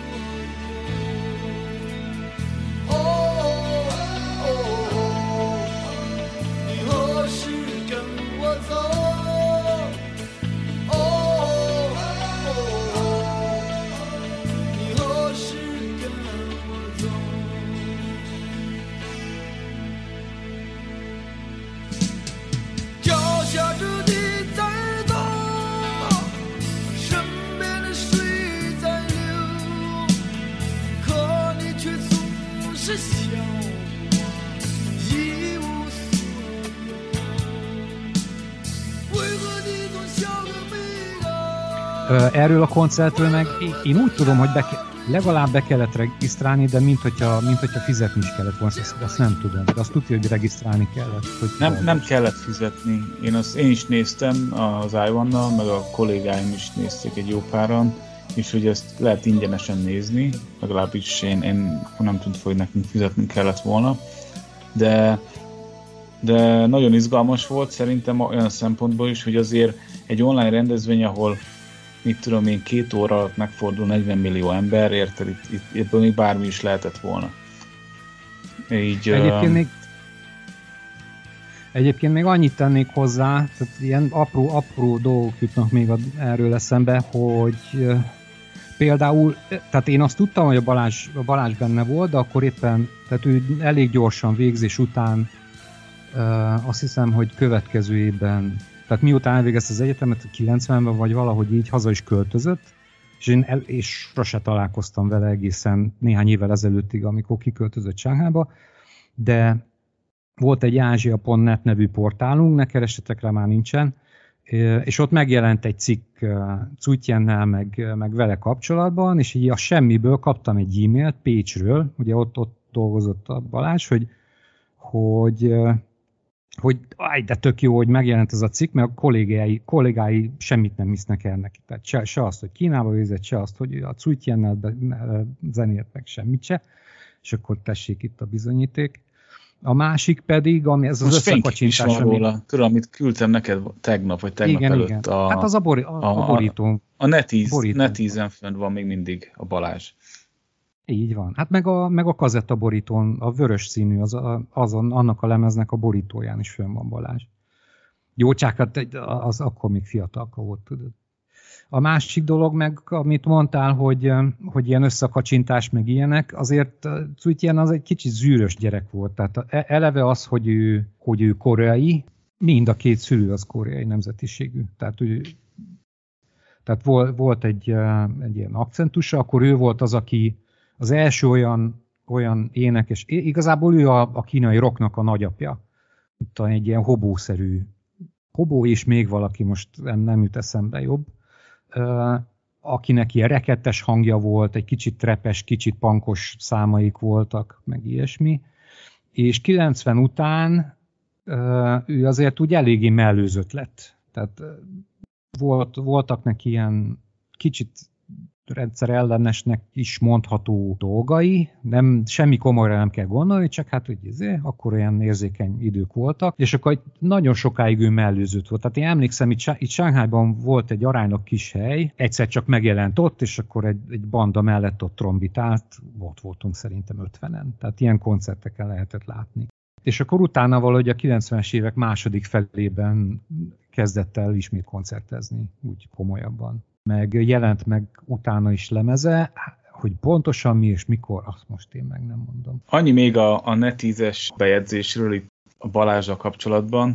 Erről a koncertről meg én úgy tudom, hogy be, legalább be kellett regisztrálni, de mint hogyha, mint hogyha fizetni is kellett volna, azt, azt nem tudom. De azt tudja, hogy regisztrálni kellett. Hogy nem, nem kellett fizetni. Én, azt, én is néztem az i one-nal, meg a kollégáim is nézték egy jó páran, és hogy ezt lehet ingyenesen nézni, legalábbis én, én nem tudom, hogy nekünk fizetni kellett volna. De, de nagyon izgalmas volt szerintem olyan szempontból is, hogy azért egy online rendezvény, ahol mit tudom én, két óra alatt megfordul negyven millió ember, érted? Itt, itt, ebből még bármi is lehetett volna. Így, egyébként, uh... még, egyébként még annyit tennék hozzá, tehát ilyen apró, apró dolgok jutnak még erről eszembe, hogy uh, például, tehát én azt tudtam, hogy a Balázs, a Balázs benne volt, de akkor éppen, tehát ő elég gyorsan végzés után uh, azt hiszem, hogy következő évben, tehát miután elvégezte az egyetemet, kilencvenben vagy valahogy így haza is költözött, és én el, és sose találkoztam vele egészen néhány évvel ezelőttig, amikor kiköltözött Shanghaiba, de volt egy ázsia pont net nevű portálunk, ne keresetek rá, már nincsen, és ott megjelent egy cikk Cutyennel, meg, meg vele kapcsolatban, és így a semmiből kaptam egy e-mailt Pécsről, ugye ott, ott dolgozott a Balázs, hogy, hogy hogy áj, de tök jó, hogy megjelent ez a cikk, mert a kollégái, kollégái semmit nem hisznek el neki. Tehát se, se azt, hogy Kínába végzett, se azt, hogy a Cutyennel zenélt, meg semmit se. És akkor tessék itt a bizonyíték. A másik pedig, ami ez az összekacsintás. Ami... Tudom, amit küldtem neked tegnap, vagy tegnap igen, előtt. Igen. A, hát az a, bori, a, a, a borító. A NetEase-en fönn van még mindig a Balázs. Így van. Hát meg a, meg a kazettaborítón, a vörös színű, az, azon, annak a lemeznek a borítóján is fönn van Balázs. Jó, csak hát az akkor még fiatalka volt, tudod. A másik dolog meg, amit mondtál, hogy, hogy ilyen összekacsintás meg ilyenek, azért Cutyen az egy kicsit zűrös gyerek volt. Tehát eleve az, hogy ő, hogy ő koreai, mind a két szülő az koreai nemzetiségű. Tehát, ő, tehát volt, volt egy, egy ilyen akcentusa, akkor ő volt az, aki az első olyan, olyan énekes, igazából ő a, a kínai rocknak a nagyapja. Itt egy ilyen hobószerű, hobó és még valaki, most nem, nem jut eszembe jobb, uh, akinek ilyen rekettes hangja volt, egy kicsit trepes, kicsit punkos számaik voltak, meg ilyesmi. És kilencven után uh, ő azért úgy eléggé mellőzött lett. Tehát uh, volt, voltak neki ilyen kicsit rendszer ellenesnek is mondható dolgai, nem, semmi komolyra nem kell gondolni, csak hát hogy ezért, akkor olyan érzékeny idők voltak, és akkor nagyon sokáig ő mellőzött volt. Tehát én emlékszem, itt, itt Shanghaiban volt egy aránylag kis hely, egyszer csak megjelent ott, és akkor egy, egy banda mellett ott trombitált, ott voltunk szerintem ötvenen. Tehát ilyen koncerteken lehetett látni. És akkor utána valahogy a kilencvenes évek második felében kezdett el ismét koncertezni, úgy komolyabban. Meg jelent meg utána is lemeze, hogy pontosan mi és mikor, azt most én meg nem mondom. Annyi még a, a NetEase-es bejegyzésről itt a Balázsral kapcsolatban,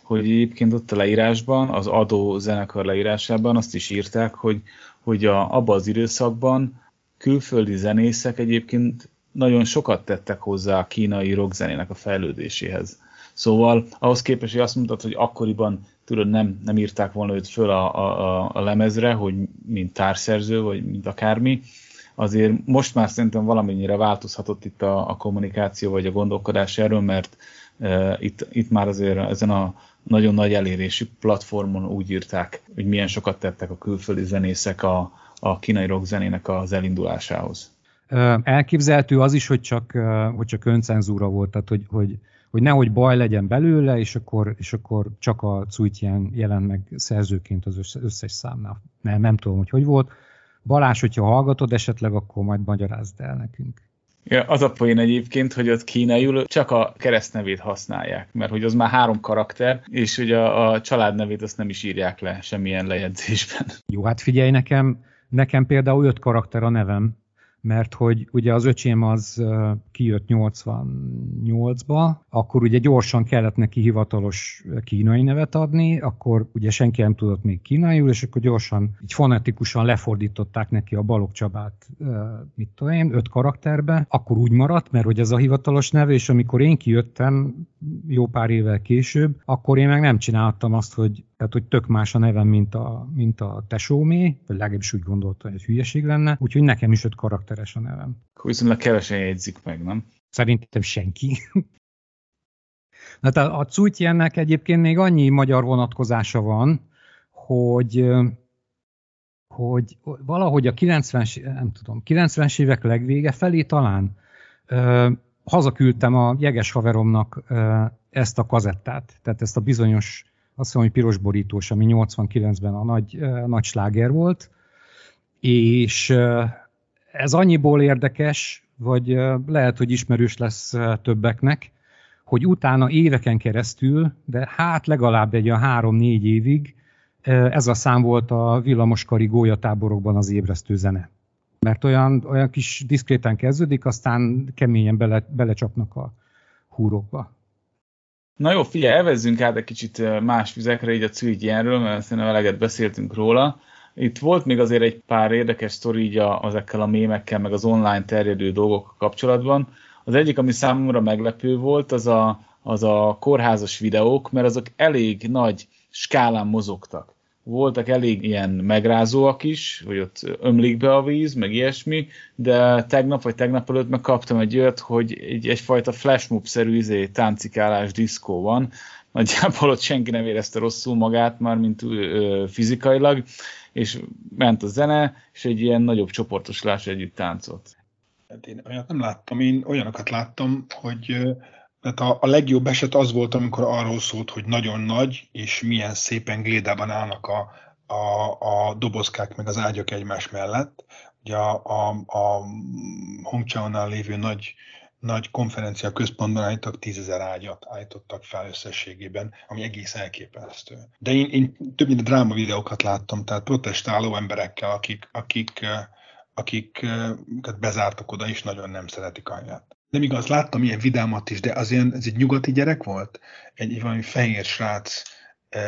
hogy egyébként ott a leírásban, az adó zenekar leírásában azt is írták, hogy, hogy a, abban az időszakban külföldi zenészek egyébként nagyon sokat tettek hozzá a kínai rockzenének a fejlődéséhez. Szóval ahhoz képest, hogy azt mondtad, hogy akkoriban tudod, nem, nem írták volna őt föl a, a, a lemezre, hogy mint társszerző, vagy mint akármi, azért most már szerintem valamennyire változhatott itt a, a kommunikáció, vagy a gondolkodás erről, mert e, itt, itt már azért ezen a nagyon nagy elérésű platformon úgy írták, hogy milyen sokat tettek a külföldi zenészek a, a kínai rockzenének az elindulásához. Elképzelhető az is, hogy csak, hogy csak öncenzúra volt, tehát hogy, hogy, hogy nehogy baj legyen belőle, és akkor, és akkor csak a Cuitjen jelent meg szerzőként az összes számnál. Nem, nem tudom, hogy hogy volt. Balázs, hogyha hallgatod esetleg, akkor majd magyarázd el nekünk. Ja, az a poén egyébként, hogy ott kínaiul csak a keresztnevét használják, mert hogy az már három karakter, és hogy a, a családnevét azt nem is írják le semmilyen lejegyzésben. Jó, hát figyelj, nekem, nekem például öt karakter a nevem, mert hogy ugye az öcsém az kijött nyolcvannyolcba, akkor ugye gyorsan kellett neki hivatalos kínai nevet adni, akkor ugye senki nem tudott még kínaiul, és akkor gyorsan, így fonetikusan lefordították neki a Balogh Csabát, mit tudom én, öt karakterbe, akkor úgy maradt, mert hogy ez a hivatalos neve, és amikor én kijöttem jó pár évvel később, akkor én meg nem csináltam azt, hogy, tehát, hogy tök más a nevem, mint a, mint a tesómé, vagy legalábbis úgy gondoltam, hogy hülyeség lenne, úgyhogy nekem is öt karakteres a nevem. Akkor viszonylag kevesen jegyzik meg, nem? Szerintem senki. Na, tehát a Cuitjennek egyébként még annyi magyar vonatkozása van, hogy, hogy valahogy a kilencvenes, nem tudom, kilencvenes évek legvége felé talán ö, hazaküldtem a jeges haveromnak ö, ezt a kazettát, tehát ezt a bizonyos, azt mondom, hogy piros borítós, ami nyolcvankilencben a nagy, ö, nagy sláger volt, és ö, ez annyiból érdekes, vagy ö, lehet, hogy ismerős lesz ö, többeknek, hogy utána éveken keresztül, de hát legalább egy a három-négy évig ez a szám volt a villamoskari gólyatáborokban az ébresztő zene. Mert olyan, olyan kis diszkréten kezdődik, aztán keményen bele, belecsapnak a húrokba. Na jó, figyelj, elvezzünk át egy kicsit más vizekre, így a Cuitjenről, mert szerintem eleget beszéltünk róla. Itt volt még azért egy pár érdekes sztori így a, ezekkel a mémekkel, meg az online terjedő dolgokkal kapcsolatban. Az egyik, ami számomra meglepő volt, az a, az a kórházas videók, mert azok elég nagy skálán mozogtak. Voltak elég ilyen megrázóak is, hogy ott ömlik be a víz, meg ilyesmi, de tegnap vagy tegnap előtt meg kaptam egy olyat, hogy egy, egyfajta flashmob-szerű izé, táncikálás diszkó van. Nagyjából ott senki nem érezte rosszul magát már, mint ö, fizikailag, és ment a zene, és egy ilyen nagyobb csoportosulás együtt táncolt. Én olyat nem láttam, én olyanokat láttam, hogy mert a, a legjobb eset az volt, amikor arról szólt, hogy nagyon nagy, és milyen szépen glédában állnak a, a, a dobozkák meg az ágyak egymás mellett. Ugye a, a, a Hongchaonál lévő nagy, nagy konferencia központban állítottak tízezer ágyat állítottak fel összességében, ami egész elképesztő. De én, én többnyire dráma videókat láttam, tehát protestáló emberekkel, akik, akik akiket bezártak oda, és nagyon nem szeretik anyját. Nem igaz, láttam ilyen vidámat is, de az ilyen, ez egy nyugati gyerek volt? Egy, egy valami fehér srác e,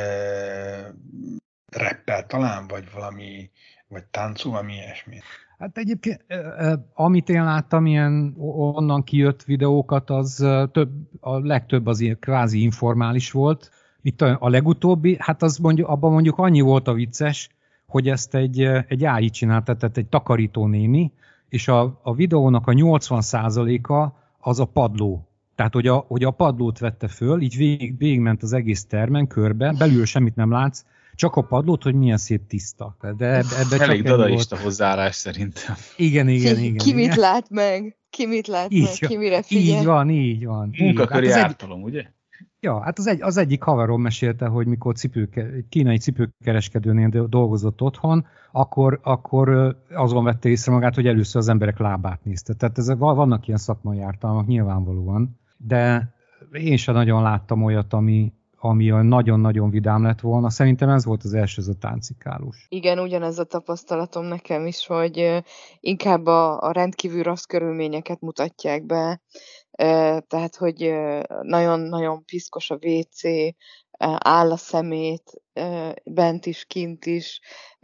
rappel talán, vagy valami, vagy táncol, valami ilyesmi. Hát egyébként, amit én láttam, ilyen onnan kijött videókat, az több, a legtöbb az ilyen kvázi informális volt. Itt a, a legutóbbi, hát az mondjuk, abban mondjuk annyi volt a vicces, hogy ezt egy, egy á i csinálta, tehát egy takarító néni, és a, a videónak a nyolcvan százaléka az a padló. Tehát, hogy a, hogy a padlót vette föl, így végig, végigment az egész termen, körbe, belül semmit nem látsz, csak a padlót, hogy milyen szép tiszta. De ebbe elég dadaista hozzáállás szerintem. Igen, igen, igen. Ki mit lát meg? Ki mit lát így meg? Ki mire figyel? Így van, így van. Munkaköri hát ártalom, egy... ugye? Ja, hát az, egy, az egyik haverom mesélte, hogy mikor cipőke, kínai cipőkereskedőnél dolgozott otthon, akkor, akkor azon vette észre magát, hogy először az emberek lábát nézte. Tehát ezek, vannak ilyen szakmai ártalmak nyilvánvalóan, de én sem nagyon láttam olyat, ami, ami nagyon-nagyon vidám lett volna. Szerintem ez volt az első, ez a táncikálós. Igen, ugyanez a tapasztalatom nekem is, hogy inkább a, a rendkívül rossz körülményeket mutatják be, tehát, hogy nagyon-nagyon piszkos a vé cé, áll a szemét, bent is, kint is,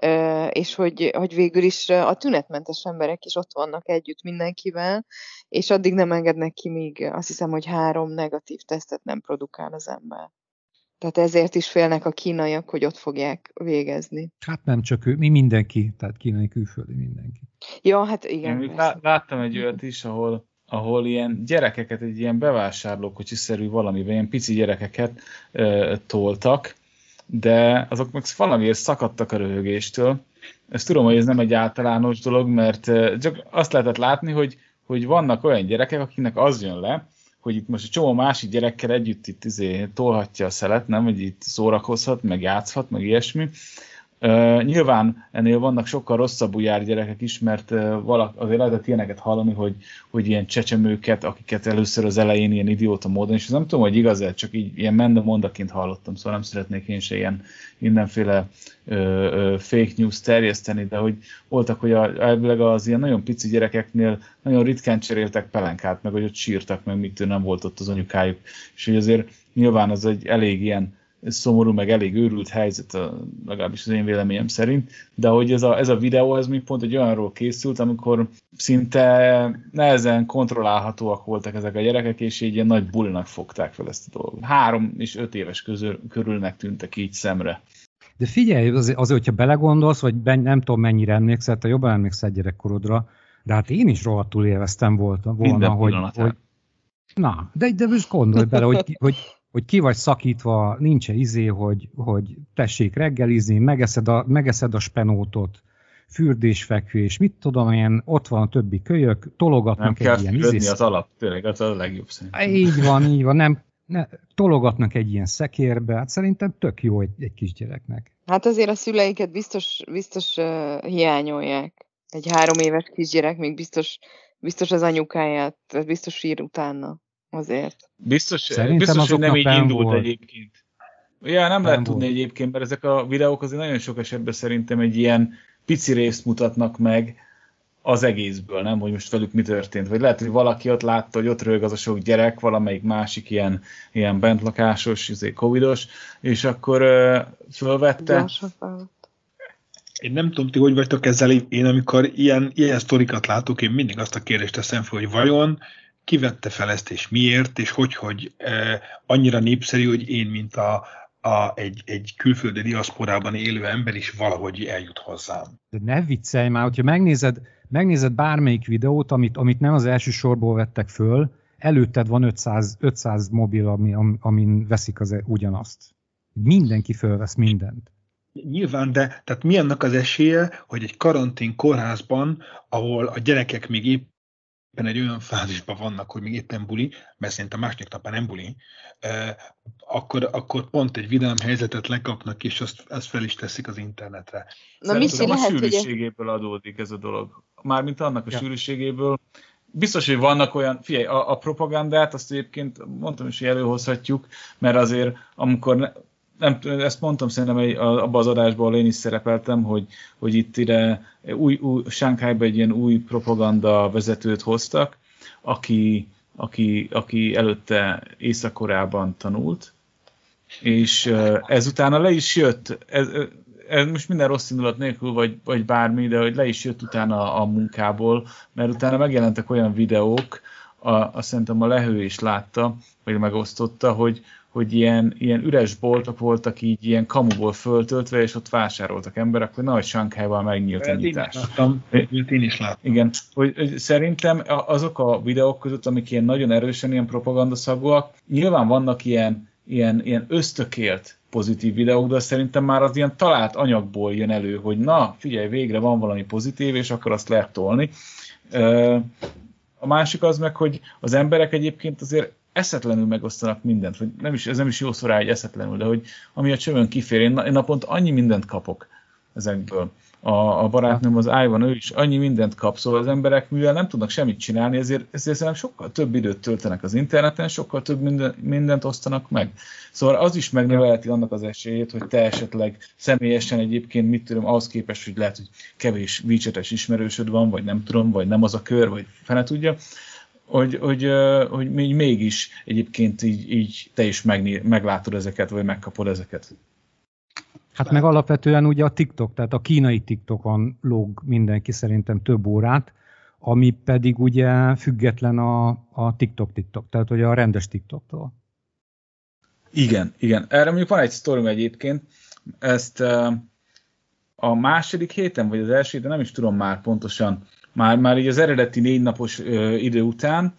és hogy, hogy végül is a tünetmentes emberek is ott vannak együtt mindenkivel, és addig nem engednek ki, míg azt hiszem, hogy három negatív tesztet nem produkál az ember. Tehát ezért is félnek a kínaiak, hogy ott fogják végezni. Hát nem csak ő, mi mindenki, tehát kínai, külföldi mindenki. Ja, hát igen. Én lá- láttam egy olyat is, ahol, ahol ilyen gyerekeket, egy ilyen bevásárlókocsiszerű valamiben, ilyen pici gyerekeket ö, toltak, de azok meg valamiért szakadtak a röhögéstől. Ezt tudom, hogy ez nem egy általános dolog, mert csak azt lehetett látni, hogy, hogy vannak olyan gyerekek, akiknek az jön le, hogy itt most egy csomó másik gyerekkel együtt itt izé, tolhatja a szelet, nem, hogy itt szórakozhat, meg játszhat, meg ilyesmi. Uh, nyilván ennél vannak sokkal rosszabbul jár gyerekek is, mert uh, valak, azért lehetett ilyeneket hallani, hogy, hogy ilyen csecsemőket, akiket először az elején ilyen idióta módon, és nem tudom, hogy igaz-e, csak így ilyen mende mondaként hallottam, szóval nem szeretnék én se ilyen mindenféle uh, uh, fake news terjeszteni, de hogy voltak, hogy a, elvileg az ilyen nagyon pici gyerekeknél nagyon ritkán cseréltek pelenkát, meg hogy ott sírtak, meg mitől nem volt ott az anyukájuk, és hogy azért nyilván az egy elég ilyen szomorú, meg elég őrült helyzet, legalábbis az én véleményem szerint, de hogy ez a, ez a videó, ez még pont egy olyanról készült, amikor szinte nehezen kontrollálhatóak voltak ezek a gyerekek, és így ilyen nagy bulinak fogták fel ezt a dolgot. Három és öt éves közül, körülnek tűntek így szemre. De figyelj, azért, azért hogyha belegondolsz, vagy ben, nem tudom mennyire emlékszel, te jobban emlékszel gyerekkorodra, de hát én is rohadtul élveztem volna, volna hogy, hogy... Na, de, de most gondolj bele, hogy, hogy hogy ki vagy szakítva, nincs izé, hogy, hogy tessék reggelizni, megeszed a, megeszed a spenótot, fürdésfekvés, mit tudom én, ott van a többi kölyök, tologatnak nem egy ilyen izé. Nem izé... az alap, tényleg, az a legjobb szerintem. Így van, így van, nem, ne, tologatnak egy ilyen szekérbe, hát szerintem tök jó egy, egy kisgyereknek. Hát azért a szüleiket biztos, biztos uh, hiányolják. Egy három éves kisgyerek még biztos, biztos az anyukáját, biztos sír utána. Azért. Biztos, biztos hogy nem így indult volt. Egyébként. Ja, nem, nem lehet volt. Tudni egyébként, mert ezek a videók azért nagyon sok esetben szerintem egy ilyen pici részt mutatnak meg az egészből, nem? Hogy most velük mi történt. Vagy lehet, hogy valaki ott látta, hogy ott röhög az a sok gyerek, valamelyik másik ilyen, ilyen bentlakásos, izé, covidos, és akkor uh, fölvette. Én nem tudom, ti hogy vagytok ezzel, én amikor ilyen, ilyen sztorikat látok, én mindig azt a kérdést teszem fel, hogy vajon ki vette fel ezt, és miért, és hogy, hogy eh, annyira népszerű, hogy én, mint a, a, egy, egy külföldi diaszporában élő ember is valahogy eljut hozzám. De ne viccelj már, hogyha megnézed, megnézed bármelyik videót, amit, amit nem az első sorból vettek föl, előtted van ötszáz, ötszáz mobil, ami, amin veszik az ugyanazt. Mindenki fölvesz mindent. Nyilván, de tehát mi annak az esélye, hogy egy karantén kórházban, ahol a gyerekek még épp egy olyan fázisban vannak, hogy még éppen buli, mert szerintem másik napán nem buli, eh, akkor, akkor pont egy vidám helyzetet lekapnak, és azt, azt fel is teszik az internetre. Na, szerintem a sűrűségéből adódik ez a dolog. Mármint annak a ja. sűrűségéből. Biztos, hogy vannak olyan, figyelj, a, a propagandát azt egyébként mondtam is, hogy előhozhatjuk, mert azért amikor... Ne, Nem, ezt mondtam szerintem abban az adásban, ahol én is szerepeltem, hogy, hogy itt ide új, új, Shanghaiba egy ilyen új propaganda vezetőt hoztak, aki, aki, aki előtte Észak-Koreában tanult, és ezután le is jött, ez, ez most minden rossz indulat nélkül, vagy, vagy bármi, de hogy le is jött utána a munkából, mert utána megjelentek olyan videók, a, azt szerintem a Lehő is látta, vagy megosztotta, hogy hogy ilyen, ilyen üres boltok voltak így ilyen kamuból föltöltve, és ott vásároltak emberek, hogy nagy Shanghaival megnyílt a nyitás. Én is láttam. Én is láttam. Igen, hogy, hogy szerintem azok a videók között, amik ilyen nagyon erősen ilyen propagandaszagúak, nyilván vannak ilyen, ilyen, ilyen ösztökélt pozitív videók, de szerintem már az ilyen talált anyagból jön elő, hogy na, figyelj, végre van valami pozitív, és akkor azt lehet tolni. A másik az meg, hogy az emberek egyébként azért eszetlenül megosztanak mindent, vagy nem is, ez nem is jó szó rá, hogy eszetlenül, de hogy ami a csövön kifér, én, én naponta annyi mindent kapok ezekből. A, a barátnőm, az Ivan, ő is annyi mindent kap, szóval az emberek, mivel nem tudnak semmit csinálni, ezért, ezért szerintem sokkal több időt töltenek az interneten, sokkal több minden, mindent osztanak meg. Szóval az is megnövelheti annak az esélyét, hogy te esetleg személyesen egyébként, mit tudom, ahhoz képest, hogy lehet, hogy kevés WeChat-es ismerősöd van, vagy nem tudom, vagy nem az a kör, vagy fene tudja, hogy, hogy, hogy még mégis egyébként így, így te is megné, meglátod ezeket, vagy megkapod ezeket. Hát meg alapvetően ugye a TikTok, tehát a kínai TikTokon lóg mindenki szerintem több órát, ami pedig ugye független a, a TikTok-TikTok, tehát ugye a rendes TikToktól. Igen, igen. Erre mondjuk van egy sztorim egyébként, ezt a második héten, vagy az első héten, nem is tudom már pontosan, már, már így az eredeti négy napos idő után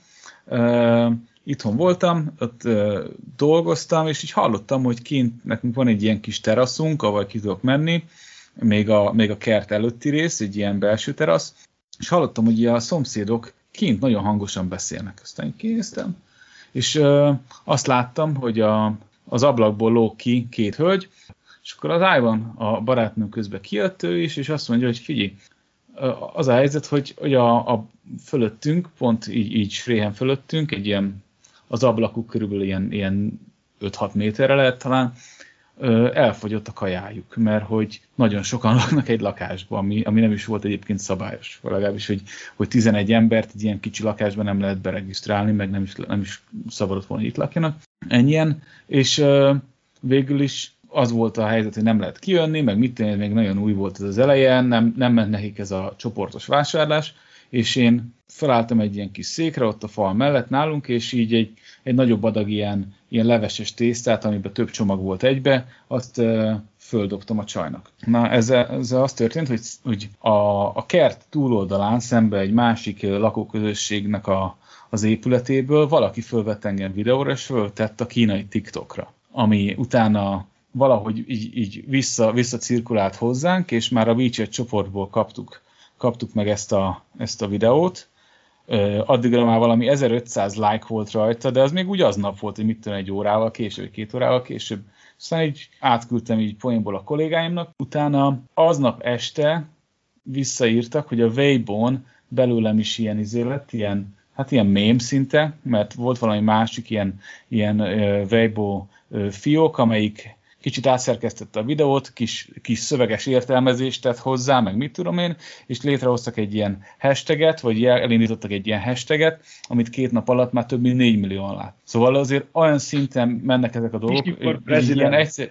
itthon voltam, ott uh, dolgoztam, és így hallottam, hogy kint nekünk van egy ilyen kis teraszunk, ahol ki tudok menni, még a, még a kert előtti rész, egy ilyen belső terasz, és hallottam, hogy a szomszédok kint nagyon hangosan beszélnek. Aztán kinéztem, és uh, azt láttam, hogy a, az ablakból lóg ki két hölgy, és akkor az ájban a barátnőm közben kijött ő is, és azt mondja, hogy figyelj, az a helyzet, hogy, hogy a, a fölöttünk, pont így, így Fréhen fölöttünk, egy ilyen, az ablakuk körülbelül ilyen, ilyen öt-hat méterre lehet talán, elfogyott a kajájuk, mert hogy nagyon sokan laknak egy lakásban, ami, ami nem is volt egyébként szabályos. Legalábbis, hogy, hogy tizenegy embert egy ilyen kicsi lakásban nem lehet beregisztrálni, meg nem is, nem is szabadott volna, hogy itt lakjanak. Ennyien, és uh, végül is az volt a helyzet, hogy nem lehet kijönni, meg mit tenni, még nagyon új volt ez az eleje, nem, nem ment nekik ez a csoportos vásárlás, és én felálltam egy ilyen kis székre ott a fal mellett nálunk, és így egy, egy nagyobb adag ilyen, ilyen leveses tésztát, amiben több csomag volt egybe, azt uh, földobtam a csajnak. Na, ezzel, ezzel az történt, hogy, hogy a, a kert túloldalán szembe egy másik lakóközösségnek a, az épületéből valaki fölvett engem videóra, és föltett a kínai TikTokra, ami utána valahogy így, így vissza, visszacirkulált hozzánk, és már a WeChat csoportból kaptuk, kaptuk meg ezt a, ezt a videót. Addigra már valami ezerötszáz like volt rajta, de az még úgy aznap volt, hogy mit tudom, egy órával később, két órával később. Aztán így átküldtem így poénból a kollégáimnak. Utána aznap este visszaírtak, hogy a Weibo-n belőlem is ilyen izé lett, ilyen, hát ilyen mém szinte, mert volt valami másik ilyen, ilyen uh, Weibo uh, fiók, amelyik kicsit átszerkesztette a videót, kis, kis szöveges értelmezést tett hozzá, meg mit tudom én, és létrehoztak egy ilyen hashtaget, vagy elindítottak egy ilyen hashtaget, amit két nap alatt már több mint négy millióan lát. Szóval azért olyan szinten mennek ezek a dolgok, hogy ilyen egyszer...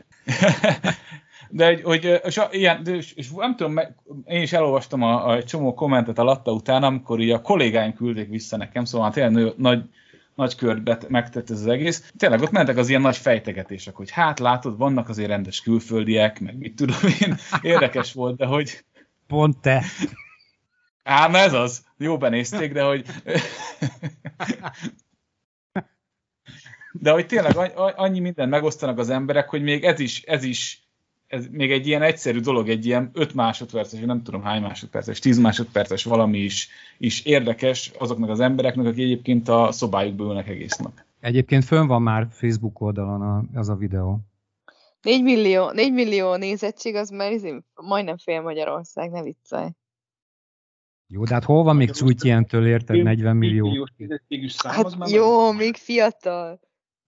De hogy, és, ilyen, és, és nem tudom, én is elolvastam a, a, egy csomó kommentet alatta után, amikor így a kollégáim küldték vissza nekem, szóval tényleg nagy, nagy kört megtett ez az egész. Tényleg ott mentek az ilyen nagy fejtegetések, hogy hát látod, vannak azért rendes külföldiek, meg mit tudom én, érdekes volt, de hogy... Pont te. Ám ez az, jó benézték, de hogy... De hogy tényleg annyi mindent megosztanak az emberek, hogy még ez is, ez is ez még egy ilyen egyszerű dolog, egy ilyen öt másodperces, nem tudom hány másodperces, tíz másodperces valami is, is érdekes azoknak az embereknek, akik egyébként a szobájukba ülnek egész nap. Egyébként fönn van már Facebook oldalon a, az a videó. négy millió, négy millió nézettség, az már majdnem fél Magyarország, ne viccelj. Jó, de hát hol van még Cújtyjentől, érted? negyven millió. Hát jó, még fiatal.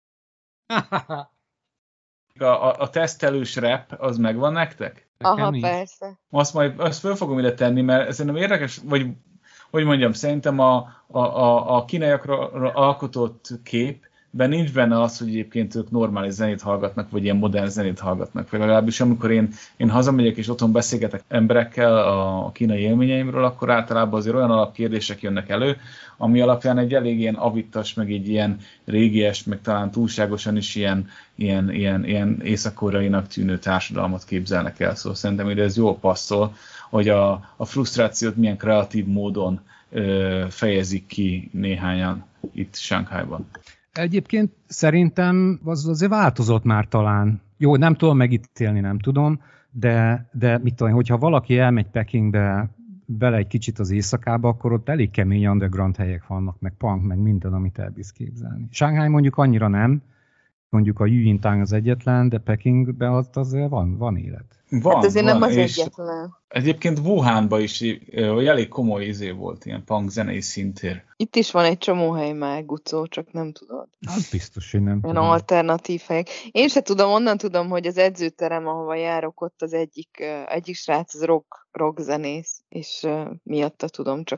A, a, a tesztelős rap, az megvan nektek? Aha, persze. Azt majd azt föl fogom ide tenni, mert szerintem érdekes, vagy hogy mondjam, szerintem a, a, a, a kínaiakra alkotott képben nincs benne az, hogy egyébként ők normális zenét hallgatnak, vagy ilyen modern zenét hallgatnak. Vagy legalábbis amikor én, én hazamegyek és otthon beszélgetek emberekkel a, a kínai élményeimről, akkor általában azért olyan alapkérdések jönnek elő, ami alapján egy elég ilyen avittas, meg egy ilyen régies, meg talán túlságosan is ilyen, ilyen, ilyen, ilyen észak-koreainak tűnő társadalmat képzelnek el. Szóval szerintem, hogy ez jól passzol, hogy a, a frusztrációt milyen kreatív módon ö, fejezik ki néhányan itt Shanghaiban. Egyébként szerintem az azért változott már talán. Jó, nem tudom megítélni, nem tudom, de, de mit tudom, hogyha valaki elmegy Pekingbe bele egy kicsit az éjszakába, akkor ott elég kemény underground helyek vannak, meg punk, meg minden, amit elbíz képzelni. Shanghai mondjuk annyira nem, mondjuk a Yuyintang az egyetlen, de Pekingben az azért van, van élet. Van, hát azért van, nem az és egyetlen. Egyébként Wuhanban is hogy elég komoly izé volt, ilyen punk zenei szintér. Itt is van egy csomó hely már, Gucó, csak nem tudod. Az biztos, hogy nem Ilyen tudom. alternatív helyek. Én se tudom, onnan tudom, hogy az edzőterem, ahova járok, ott az egyik, egyik srác az rock, rock zenész, és uh, miatta tudom csak.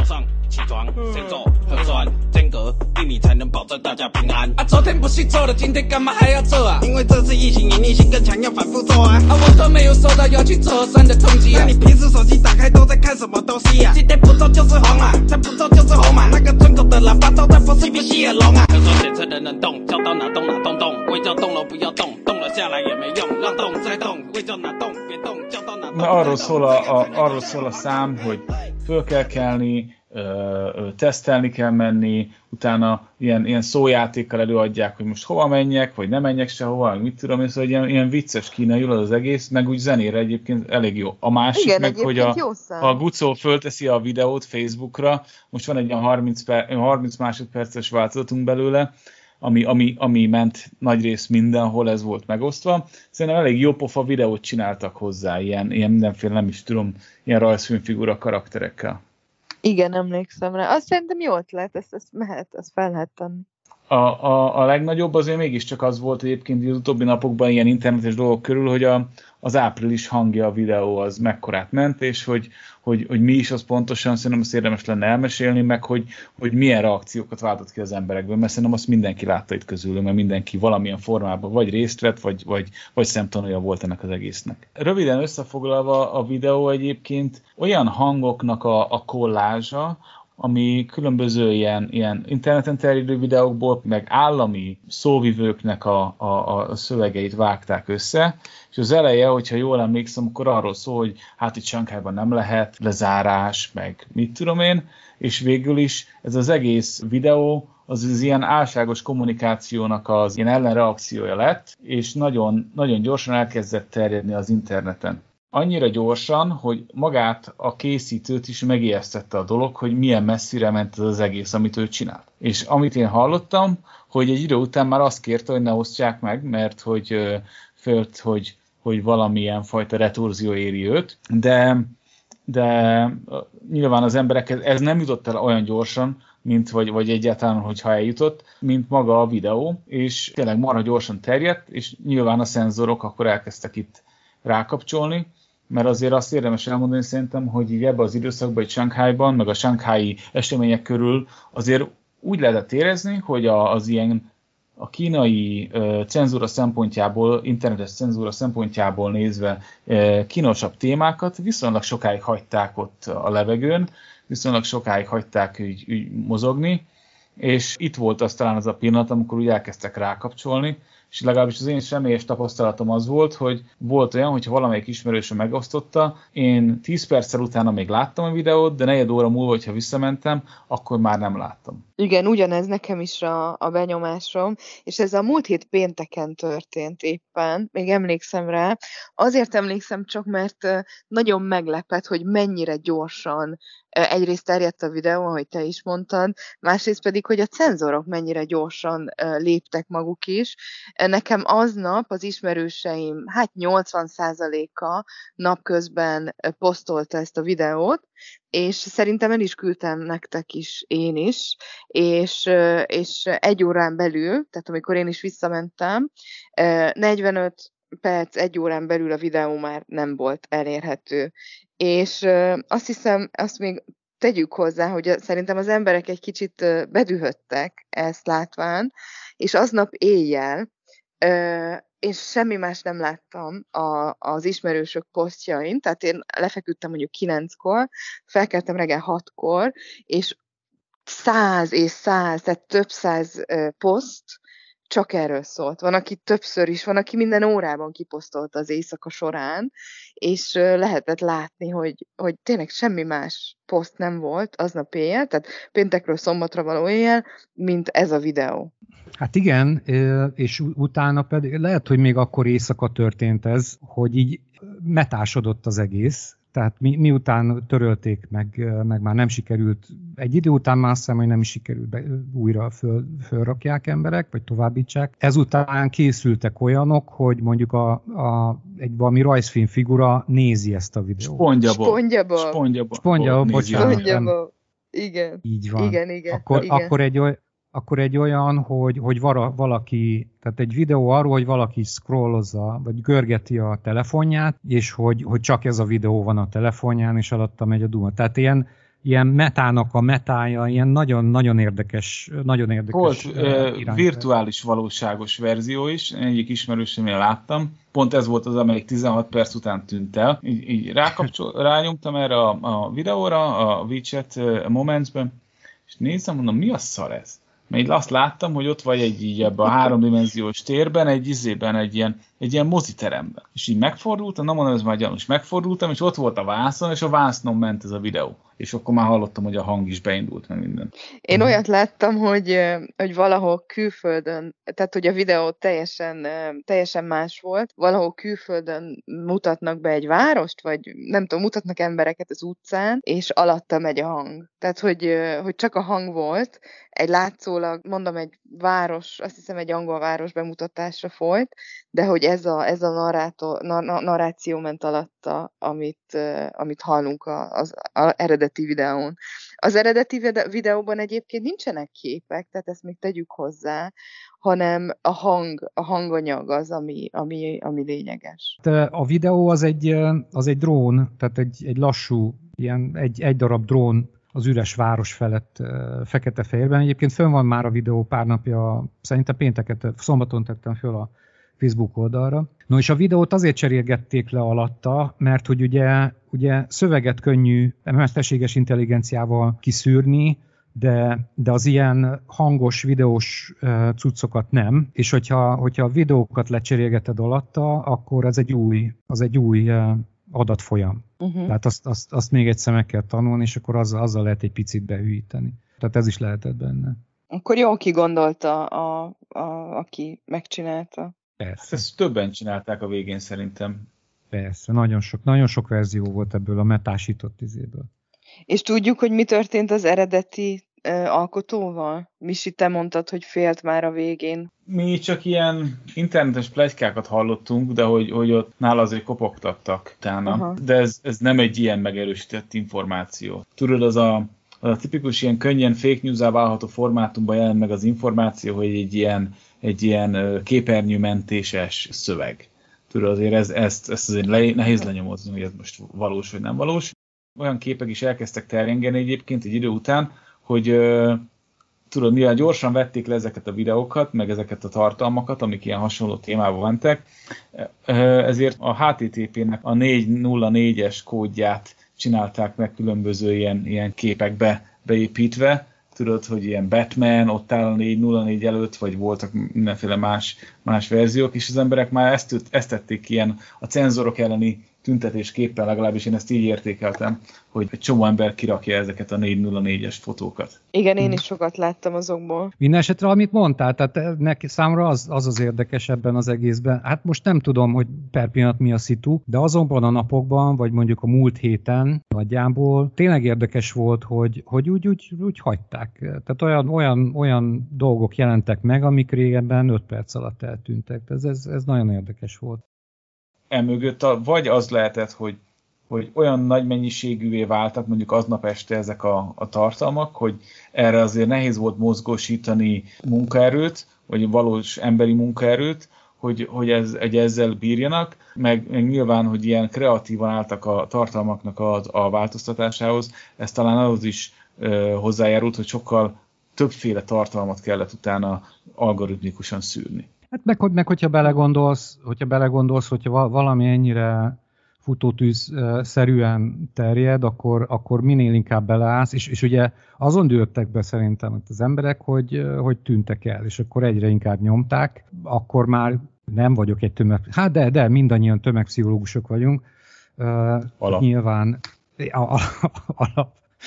早上起床先做核酸，间隔一米才能保证大家平安。啊，昨天不是做了，今天干嘛还要做啊？因为这次疫情隐匿性更强，要反复做啊。啊，我都没有收到要去做核酸的通知啊。那你平时手机打开都在看什么东西啊？今天不做就是红啊，再不做就是红嘛。那个村口的喇叭都在播是不是耳聋啊？核酸检测人人动，叫到哪动哪动动，未叫动了不要动，动了下来也没用，让动再动，未叫哪动别动，叫到哪动。 Na, arról szól a, a, arról szól a szám, hogy föl kell kelni, ö, ö, tesztelni kell menni, utána ilyen, ilyen szójátékkal előadják, hogy most hova menjek, vagy nem menjek sehova, mit tudom én, szóval ilyen, ilyen vicces kínaiul az egész, meg úgy zenére egyébként elég jó. A másik Igen, meg, hogy a, szám. a Gucó fölteszi a videót Facebookra, most van egy ilyen harminc, per, harminc másodperces változatunk belőle, Ami, ami, ami ment nagyrészt mindenhol, ez volt megosztva. Szerintem elég jó pofa videót csináltak hozzá, ilyen, ilyen mindenféle, nem is tudom, ilyen rajzfilmfigura karakterekkel. Igen, emlékszem rá. Azt szerintem jó ötlet, ezt, ezt mehet, ezt fel lehet tenni. A, a, a legnagyobb azért mégiscsak az volt egyébként az utóbbi napokban ilyen internetes dolgok körül, hogy a, az április hangja a videó az mekkorát ment, és hogy, hogy, hogy mi is az pontosan, szerintem azt érdemes lenne elmesélni, meg hogy, hogy milyen reakciókat váltott ki az emberekből, mert szerintem azt mindenki látta itt közülünk, mert mindenki valamilyen formában vagy részt vett, vagy, vagy, vagy szemtanúja volt ennek az egésznek. Röviden összefoglalva a videó egyébként olyan hangoknak a, a kollázsa, ami különböző ilyen, ilyen interneten terjedő videókból, meg állami szóvivőknek a, a, a szövegeit vágták össze, és az eleje, hogyha jól emlékszem, akkor arról szól, hogy hát itt Sanghajban nem lehet lezárás, meg mit tudom én, és végül is ez az egész videó az, az ilyen álságos kommunikációnak az ilyen ellenreakciója lett, és nagyon, nagyon gyorsan elkezdett terjedni az interneten. Annyira gyorsan, hogy magát a készítőt is megijesztette a dolog, hogy milyen messzire ment ez az egész, amit ő csinált. És amit én hallottam, hogy egy idő után már azt kérte, hogy ne osztják meg, mert hogy félt, hogy, hogy valamilyen fajta retorzió éri őt, de, de nyilván az emberekhez ez nem jutott el olyan gyorsan, mint vagy, vagy egyáltalán, hogyha eljutott, mint maga a videó, és tényleg marha gyorsan terjedt, és nyilván a szenzorok akkor elkezdtek itt rákapcsolni, mert azért azt érdemes elmondani szerintem, hogy így ebben az időszakban, itt Sanghajban, meg a sanghái események körül azért úgy lehetett érezni, hogy az ilyen a kínai uh, cenzúra szempontjából, internetes cenzúra szempontjából nézve uh, kínosabb témákat viszonylag sokáig hagyták ott a levegőn, viszonylag sokáig hagyták úgy, úgy mozogni, és itt volt az talán az a pillanat, amikor úgy elkezdtek rákapcsolni, és legalábbis az én személyes tapasztalatom az volt, hogy volt olyan, hogyha valamelyik ismerősöm megosztotta, én tíz perccel utána még láttam a videót, de negyed óra múlva, hogyha visszamentem, akkor már nem láttam. Igen, ugyanez nekem is a, a benyomásom, és ez a múlt hét pénteken történt éppen, még emlékszem rá. Azért emlékszem csak, mert nagyon meglepett, hogy mennyire gyorsan egyrészt terjedt a videó, ahogy te is mondtad, másrészt pedig, hogy a cenzorok mennyire gyorsan léptek maguk is. Nekem aznap az ismerőseim, hát nyolcvan százaléka napközben posztolta ezt a videót, és szerintem el is küldtem nektek is, én is, és, és egy órán belül, tehát amikor én is visszamentem, negyvenöt perc, egy órán belül a videó már nem volt elérhető. És azt hiszem, azt még tegyük hozzá, hogy szerintem az emberek egy kicsit bedühödtek ezt látván, és aznap éjjel és semmi más nem láttam a, az ismerősök posztjain, tehát én lefeküdtem mondjuk kilenckor, felkeltem reggel hatkor, és száz és száz, tehát több száz poszt csak erről szólt. Van, aki többször is, van, aki minden órában kiposztolt az éjszaka során, és lehetett látni, hogy, hogy tényleg semmi más poszt nem volt aznap éjjel, tehát péntekről szombatra való éjjel, mint ez a videó. Hát igen, és utána pedig lehet, hogy még akkor éjszaka történt ez, hogy így metásodott az egész, tehát mi, miután törölték, meg, meg már nem sikerült, egy idő után már azt hiszem, hogy nem is sikerült be, újra föl, fölrakják emberek, vagy továbbítsák. Ezután készültek olyanok, hogy mondjuk a, a, egy valami rajzfilm figura nézi ezt a videót. Spongyabob. Spongyabob. Spongyabob. Spongyabob, bocsánat. Spongyabob. Igen. Így van. Igen, igen. Akkor, igen. akkor egy olyan, akkor egy olyan, hogy, hogy valaki, tehát egy videó arról, hogy valaki scrollozza, vagy görgeti a telefonját, és hogy, hogy csak ez a videó van a telefonján, és alatta megy a duma. Tehát ilyen ilyen metának a metája, ilyen nagyon-nagyon érdekes, nagyon érdekes Volt uh, virtuális valóságos verzió is, egyik ismerősömnél láttam, pont ez volt az, amelyik tizenhat perc után tűnt el. Így, így rákapcsol, rányomtam erre a, a videóra, a WeChat Momentsben, és nézem, mondom, mi a szar ez? Mert azt láttam, hogy ott vagy egy így ebben a háromdimenziós térben, egy izében, egy ilyen, egy ilyen moziteremben. És így megfordultam, nem mondom, ez már gyanús, megfordultam, és ott volt a vászon, és a vásznon ment ez a videó. És akkor már hallottam, hogy a hang is beindult, meg minden. Én olyat láttam, hogy, hogy valahol külföldön, tehát hogy a videó teljesen, teljesen más volt, valahol külföldön mutatnak be egy várost, vagy nem tudom, mutatnak embereket az utcán, és alatta megy a hang. Tehát, hogy, hogy csak a hang volt, egy látszólag, mondom, egy város, azt hiszem egy angol város bemutatásra folyt, de hogy ez a, ez a narrátor, nar, narráció ment alatta, amit, amit hallunk az, az eredeti videón. Az eredeti videóban egyébként nincsenek képek, tehát ezt még tegyük hozzá, hanem a hang, a hanganyag az, ami, ami, ami lényeges. A videó az egy, az egy drón, tehát egy, egy lassú, ilyen egy, egy darab drón az üres város felett fekete-fehérben. Egyébként fönn van már a videó pár napja, szerintem pénteket, szombaton tettem föl a Facebook oldalra. No és a videót azért cserélgették le alatta, mert hogy ugye, ugye szöveget könnyű mesterséges intelligenciával kiszűrni, de, de az ilyen hangos, videós uh, cuccokat nem, és hogyha, hogyha a videókat lecserélgeted alatta, akkor ez egy új, az egy új uh, adatfolyam. Uh-huh. Tehát azt, azt, azt még egyszer meg kell tanulni, és akkor azzal, azzal lehet egy picit behűíteni. Tehát ez is lehetett benne. Akkor jól kigondolta, a, a, aki megcsinálta. Persze. Ezt többen csinálták a végén szerintem. Persze, nagyon sok, nagyon sok verzió volt ebből a metásított izéből. És tudjuk, hogy mi történt az eredeti uh, alkotóval? Misi, te mondtad, hogy félt már a végén. Mi csak ilyen internetes pletykákat hallottunk, de hogy, hogy ott nála azért kopogtattak utána. Aha. De ez, ez nem egy ilyen megerősített információ. Tudod, az a, az a tipikus ilyen könnyen fake news-á válható formátumban jelent meg az információ, hogy egy ilyen, egy ilyen képernyőmentéses szöveg. Tudod, azért ez, ezt, ezt azért le, nehéz lenyomozni, hogy ez most valós vagy nem valós. Olyan képek is elkezdtek terjengeni egyébként egy idő után, hogy uh, tudod, mivel gyorsan vették le ezeket a videókat, meg ezeket a tartalmakat, amik ilyen hasonló témában mentek, uh, ezért a há té té pé-nek a négy nulla négyes kódját csinálták meg különböző ilyen, ilyen képekbe beépítve. Tudod, hogy ilyen Batman ott áll a négy nulla négy előtt, vagy voltak mindenféle más, más verziók, és az emberek már ezt, ezt tették ilyen a cenzorok elleni tüntetésképpen, legalábbis én ezt így értékeltem, hogy egy csomó ember kirakja ezeket a négy nulla négyes fotókat. Igen, én is sokat láttam azokból. Minden esetre, amit mondtál, tehát neki számra az, az az érdekes ebben az egészben. Hát most nem tudom, hogy per pillanat mi a szitu, de azonban a napokban, vagy mondjuk a múlt héten nagyjából tényleg érdekes volt, hogy, hogy úgy, úgy, úgy hagyták. Tehát olyan, olyan, olyan dolgok jelentek meg, amik régebben öt perc alatt eltűntek. Ez, ez, ez nagyon érdekes volt. Emögött a, vagy az lehetett, hogy, hogy olyan nagy mennyiségűvé váltak mondjuk aznap este ezek a, a tartalmak, hogy erre azért nehéz volt mozgósítani munkaerőt, vagy valós emberi munkaerőt, hogy, hogy, ez, hogy ezzel bírjanak, meg, meg nyilván, hogy ilyen kreatívan álltak a tartalmaknak a, a változtatásához, ez talán ahhoz is ö, hozzájárult, hogy sokkal többféle tartalmat kellett utána algoritmikusan szűrni. Hát meg, meg hogyha belegondolsz, hogyha belegondolsz, hogyha valami ennyire futótűz-szerűen terjed, akkor, akkor minél inkább beleállsz, és, és ugye azon dőltek be szerintem az emberek, hogy, hogy tűntek el, és akkor egyre inkább nyomták, akkor már nem vagyok egy tömeg... Hát de, de mindannyian tömegpszichológusok vagyunk. Alap. Nyilván alap.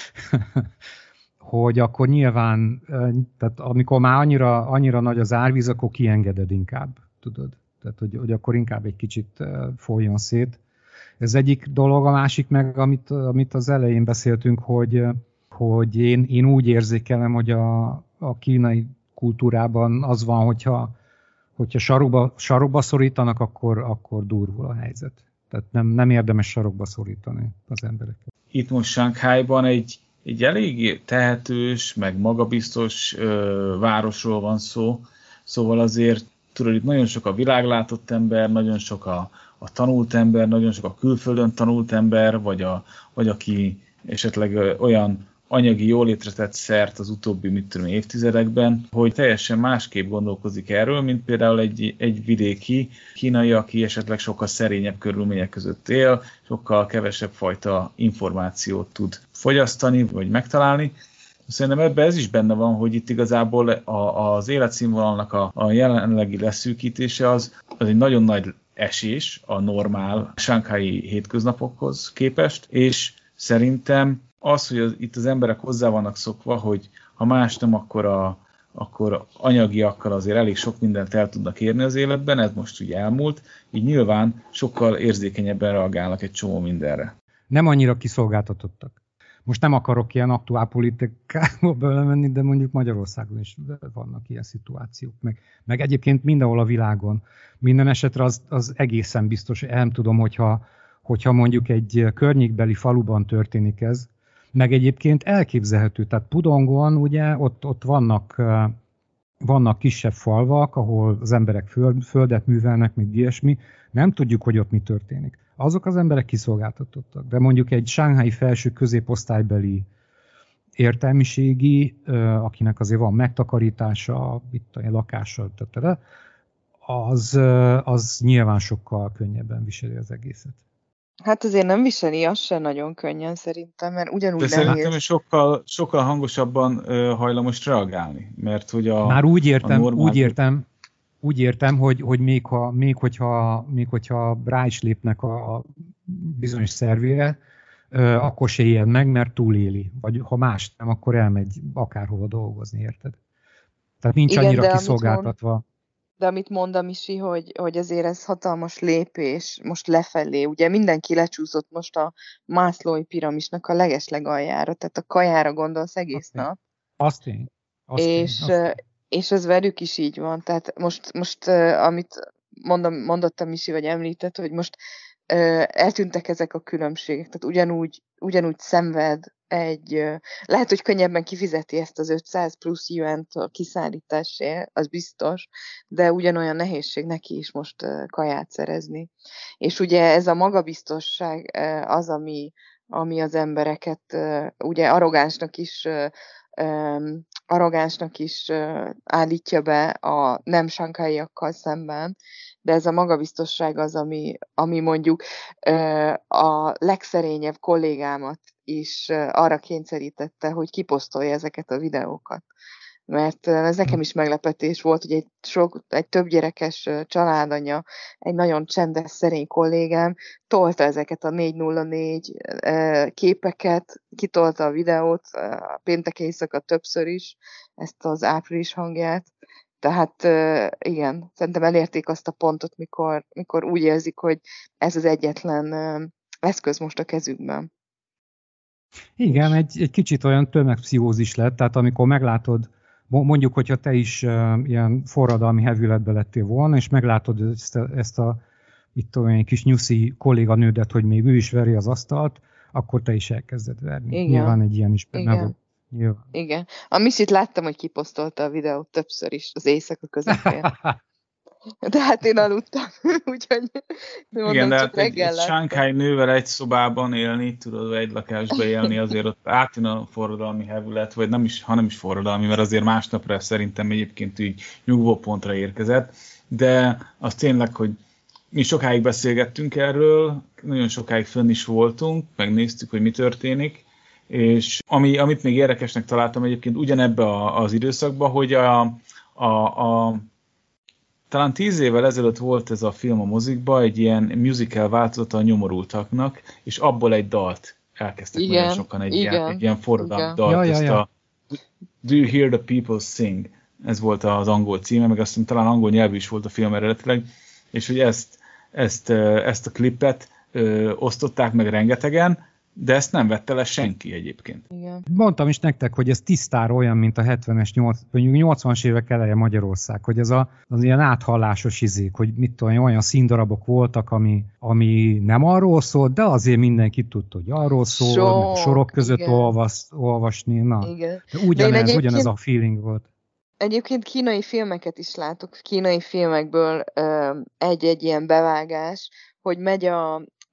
hogy akkor nyilván, tehát amikor már annyira, annyira nagy az árvíz, akkor kiengeded inkább, tudod? Tehát, hogy, hogy akkor inkább egy kicsit folyjon szét. Ez egyik dolog, a másik meg, amit, amit az elején beszéltünk, hogy, hogy én, én úgy érzékelem, hogy a, a kínai kultúrában az van, hogyha, hogyha sarokba, sarokba szorítanak, akkor, akkor durvul a helyzet. Tehát nem, nem érdemes sarokba szorítani az embereket. Itt most Shanghaiban egy Egy eléggé tehetős, meg magabiztos ö, városról van szó, szóval azért tudod, itt nagyon sok a világlátott ember, nagyon sok a, a tanult ember, nagyon sok a külföldön tanult ember, vagy, a, vagy aki esetleg olyan anyagi jólétre tett szert az utóbbi, mit tudom, évtizedekben, hogy teljesen másképp gondolkozik erről, mint például egy, egy vidéki kínai, aki esetleg sokkal szerényebb körülmények között él, sokkal kevesebb fajta információt tud fogyasztani, vagy megtalálni. Szerintem ebben ez is benne van, hogy itt igazából a, az életszínvonalnak a, a jelenlegi leszűkítése az, az egy nagyon nagy esés a normál shanghai hétköznapokhoz képest, és szerintem az, hogy az, itt az emberek hozzá vannak szokva, hogy ha más nem, akkor, a, akkor anyagiakkal azért elég sok mindent el tudnak érni az életben, ez most ugye elmúlt, így nyilván sokkal érzékenyebben reagálnak egy csomó mindenre. Nem annyira kiszolgáltatottak. Most nem akarok ilyen aktuál politikába belemenni, de mondjuk Magyarországon is vannak ilyen szituációk. Meg, meg egyébként mindenhol a világon. Minden esetre az, az egészen biztos, nem tudom, hogyha, hogyha mondjuk egy környékbeli faluban történik ez, meg egyébként elképzelhető. Tehát Pudongon ugye ott, ott vannak, vannak kisebb falvak, ahol az emberek föld, földet művelnek, még ilyesmi. Nem tudjuk, hogy ott mi történik. Azok az emberek kiszolgáltatottak. De mondjuk egy shanghai felső középosztálybeli értelmiségi, akinek azért van megtakarítása, itt a lakása, az, az nyilván sokkal könnyebben viseli az egészet. Hát azért nem viseli azt se nagyon könnyen szerintem, mert ugyanúgy de nehéz. szerintem sokkal, sokkal hangosabban uh, hajlamos reagálni, mert hogy a Már úgy értem, normál... úgy értem, úgy értem, hogy, hogy még, ha, még, hogyha, még hogyha rá is lépnek a, a bizonyos szervére, uh, akkor se ilyen meg, mert túléli. Vagy ha más nem, akkor elmegy akárhova dolgozni, érted? Tehát nincs Igen, annyira kiszolgáltatva. De amit mond a Misi, hogy, hogy azért ez hatalmas lépés most lefelé. Ugye mindenki lecsúszott most a Maslow'i piramisnak a legeslegaljára, tehát a kajára gondolsz egész Azt nap. Azt én. Azt és, én, azt én. és ez velük is így van. Tehát most, most amit mondom, mondott a Misi, vagy említett, hogy most eltűntek ezek a különbségek. Tehát ugyanúgy, ugyanúgy szenved egy, lehet, hogy könnyebben kifizeti ezt az ötszáz plusz yuant a kiszállításért, az biztos, de ugyanolyan nehézség neki is most kaját szerezni. És ugye ez a magabiztosság az, ami, ami az embereket ugye arrogánsnak is arrogánsnak is állítja be a nem sanghaiakkal szemben, de ez a magabiztosság az, ami, ami mondjuk a legszerényebb kollégámat is arra kényszerítette, hogy kiposztolja ezeket a videókat. Mert ez nekem is meglepetés volt, hogy egy, sok, egy több gyerekes családanya, egy nagyon csendes, szerény kollégám tolta ezeket a négy nulla négy képeket, kitolta a videót, a péntek éjszaka többször is, ezt az április hangját. Tehát igen, szerintem elérték azt a pontot, mikor, mikor úgy érzik, hogy ez az egyetlen eszköz most a kezükben. Igen, egy, egy kicsit olyan tömegpszichózis lett, tehát amikor meglátod, mondjuk, hogyha te is uh, ilyen forradalmi hevületbe lettél volna, és meglátod ezt a, ezt a itt tudom, egy kis nyuszi kolléganődet, hogy még ő is veri az asztalt, akkor te is elkezded verni. Igen. Nyilván egy ilyen is benne volt. Nyilván. Igen. A Misit láttam, hogy kiposztolta a videót többször is az éjszaka közepén. De hát én aludtam, úgyhogy mondom, igen, de csak hát egy, egy shanghai nővel egy szobában élni, tudod, egy lakásba élni, azért ott átjön a forradalmi hevület, vagy nem is, hanem is forradalmi, mert azért másnapra szerintem egyébként így nyugvópontra érkezett, de az tényleg, hogy mi sokáig beszélgettünk erről, nagyon sokáig fönn is voltunk, megnéztük, hogy mi történik, és ami, amit még érdekesnek találtam egyébként ugyanebbe az időszakban, hogy a, a, a talán tíz évvel ezelőtt volt ez a film a mozikba, egy ilyen musical változata a Nyomorultaknak, és abból egy dalt elkezdtek igen, nagyon sokan, egy, igen, ilyen, egy ilyen forradalmi dalt. Ja, ja, ja. A Do You Hear the People Sing? Ez volt az angol címe, meg azt hiszem talán angol nyelvű is volt a film eredetileg, és hogy ezt, ezt, ezt a klipet ö, osztották meg rengetegen, de ezt nem vette le senki egyébként. Igen. Mondtam is nektek, hogy ez tisztára olyan, mint a hetvenes, nyolcvanas évek eleje Magyarország, hogy ez a, az ilyen áthallásos izék, hogy mit tudom, olyan színdarabok voltak, ami, ami nem arról szólt, de azért mindenki tudta, hogy arról szól, Sok, meg sorok között olvas, olvasni. Na. Igen. De ugyanez, de ugyanez a feeling volt. Egyébként kínai filmeket is látok, kínai filmekből egy-egy ilyen bevágás, hogy megy a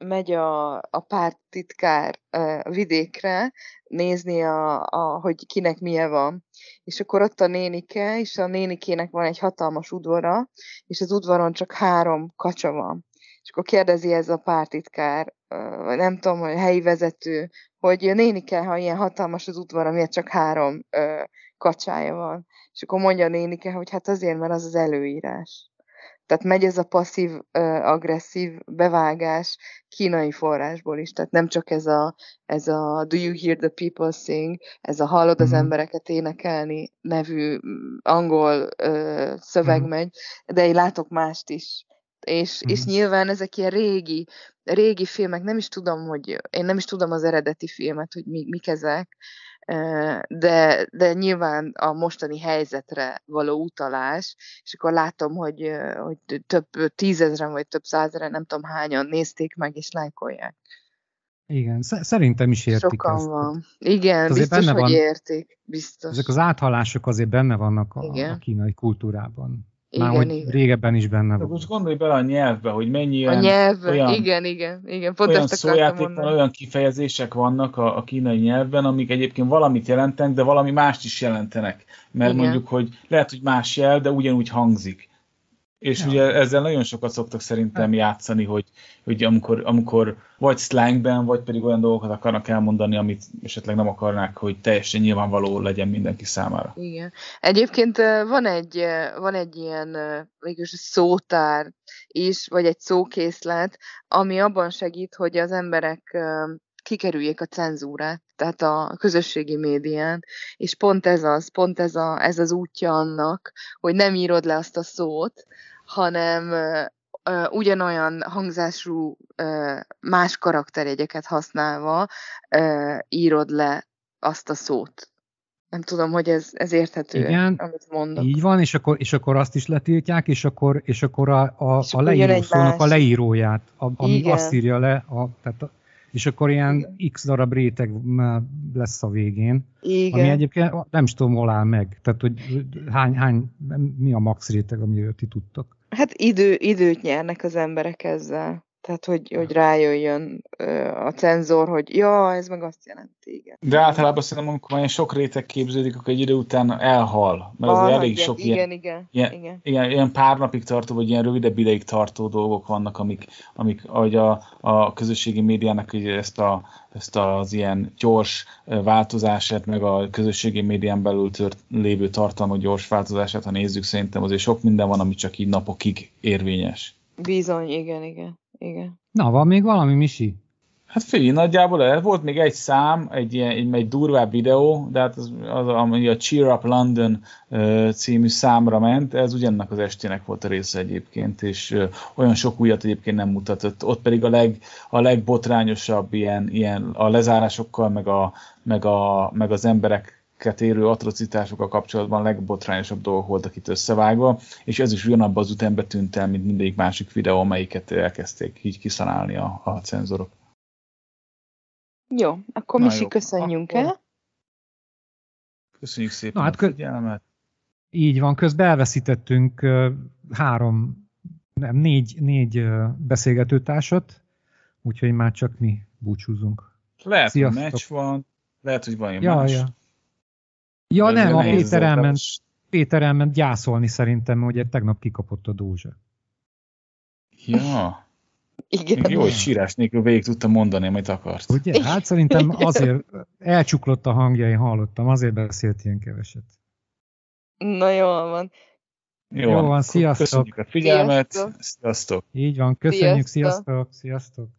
megy a, a párttitkár ö, vidékre nézni, a, a, hogy kinek milyen van. És akkor ott a nénike, és a nénikének van egy hatalmas udvara, és az udvaron csak három kacsa van. És akkor kérdezi ez a pártitkár, ö, vagy nem tudom, hogy helyi vezető, hogy nénike, ha ilyen hatalmas az udvara, miért csak három ö, kacsája van. És akkor mondja a nénike, hogy hát azért, mert az az előírás. Tehát megy ez a passzív-agresszív bevágás kínai forrásból is. Tehát nem csak ez a, ez a Do you hear the people sing, ez a Hallod az Mhm. embereket énekelni nevű mm, angol ö, szöveg Mhm. megy, de én látok mást is. És, és Mhm. nyilván ezek ilyen régi, régi filmek, nem is tudom, hogy én nem is tudom az eredeti filmet, hogy mi, mik ezek, Ö, de, de nyilván a mostani helyzetre való utalás, és akkor látom, hogy, ö, hogy több tízezren vagy több százezren, nem tudom hányan nézték meg és lájkolják. Igen, sz- szerintem is értik Sokan ezt. van. Igen, azért biztos, benne hogy van, értik. Biztos. ezek az áthallások azért benne vannak a, a Igen. kínai kultúrában. Már Igen, hogy igen. régebben is benne De van. most gondolj bele a nyelvbe, hogy mennyi A ilyen nyelv, olyan, igen, igen, igen. Pont olyan ezt akartam szójáték van, mondani. olyan kifejezések vannak a, a kínai nyelvben, amik egyébként valamit jelentenek, de valami mást is jelentenek. Mert Igen. mondjuk, hogy lehet, hogy más jel, de ugyanúgy hangzik. És Ja. ugye ezzel nagyon sokat szoktak szerintem játszani, hogy, hogy amikor, amikor vagy slangben, vagy pedig olyan dolgokat akarnak elmondani, amit esetleg nem akarnák, hogy teljesen nyilvánvaló legyen mindenki számára. Igen. Egyébként ö, van egy, ö, van egy ilyen ö, végülis szótár is, vagy egy szókészlet, ami abban segít, hogy az emberek ö, kikerüljék a cenzúrát, tehát a közösségi médián, és pont ez az, pont ez, a, ez az útja annak, hogy nem írod le azt a szót, hanem ö, ö, ugyanolyan hangzású ö, más karakterjegyeket használva ö, írod le azt a szót. Nem tudom, hogy ez, ez érthető-e, Igen, amit mondok. így van, és akkor, és akkor azt is letiltják, és akkor, és akkor a, a, És a akkor jön leíró egy szónak a másik. leíróját, a, ami Igen. azt írja le, a, tehát a, és akkor ilyen X darab réteg m- lesz a végén, Igen. ami egyébként nem is tudom, hol áll meg. Tehát, hogy hány, hány, mi a max réteg, amiről ti tudtok. Hát idő, időt nyernek az emberek ezzel. Tehát, hogy, hogy rájöjjön ö, a cenzor, hogy ja, ez meg azt jelenti, igen. De általában szerintem, amikor már ilyen sok réteg képződik, akkor egy idő után elhal. Mert azért elég Alhagyják, sok igen, ilyen, igen, ilyen, igen. ilyen, ilyen pár napig tartó, vagy ilyen rövidebb ideig tartó dolgok vannak, amik, amik ahogy a, a közösségi médiának ugye ezt, a, ezt az ilyen gyors változását, meg a közösségi médián belül tört, lévő tartalmak gyors változását, ha nézzük, szerintem azért sok minden van, ami csak így napokig érvényes. Bizony, igen, igen, igen. Na, van még valami, Misi? Hát figyelj, nagyjából el. Volt még egy szám, egy, ilyen, egy, egy durvább videó, de hát az, az ami a Cheer Up London uh, című számra ment, ez ugyannak az estének volt a része egyébként, és uh, olyan sok újat egyébként nem mutatott. Ott pedig a, leg, a legbotrányosabb ilyen, ilyen a lezárásokkal, meg, a, meg, a, meg az emberek érő atrocitásokkal kapcsolatban a legbotrányosabb dolgok voltak itt összevágva, és ez is ugyanabban az ütemben tűnt el, mint mindegyik másik videó, amelyiket elkezdték így kiszanálni a, a cenzorok. Jó, akkor Na Misi, jó, köszönjünk akkor- el. Köszönjük szépen Na, hát a kö- figyelmet. Így van, közben elveszítettünk ö, három, nem, négy, négy ö, beszélgetőtársat, úgyhogy már csak mi búcsúzunk. Lehet, Sziasztok. hogy meccs van, lehet, hogy valami Ja, más. ja. Ja, Ez nem, a nehéz Péter ez elment, az- Péter elment gyászolni szerintem, mert ugye tegnap kikapott a Dózsa. Ja, Igen. még jó, hogy sírás nélkül végig tudtam mondani, amit akart. Ugye? Hát szerintem azért elcsuklott a hangja, én hallottam, azért beszélt ilyen keveset. Na jól van. Jó, Jó van, akkor sziasztok. Köszönjük a figyelmet. Sziasztok. Sziasztok. Így van, köszönjük, Sziasztok. sziasztok, sziasztok.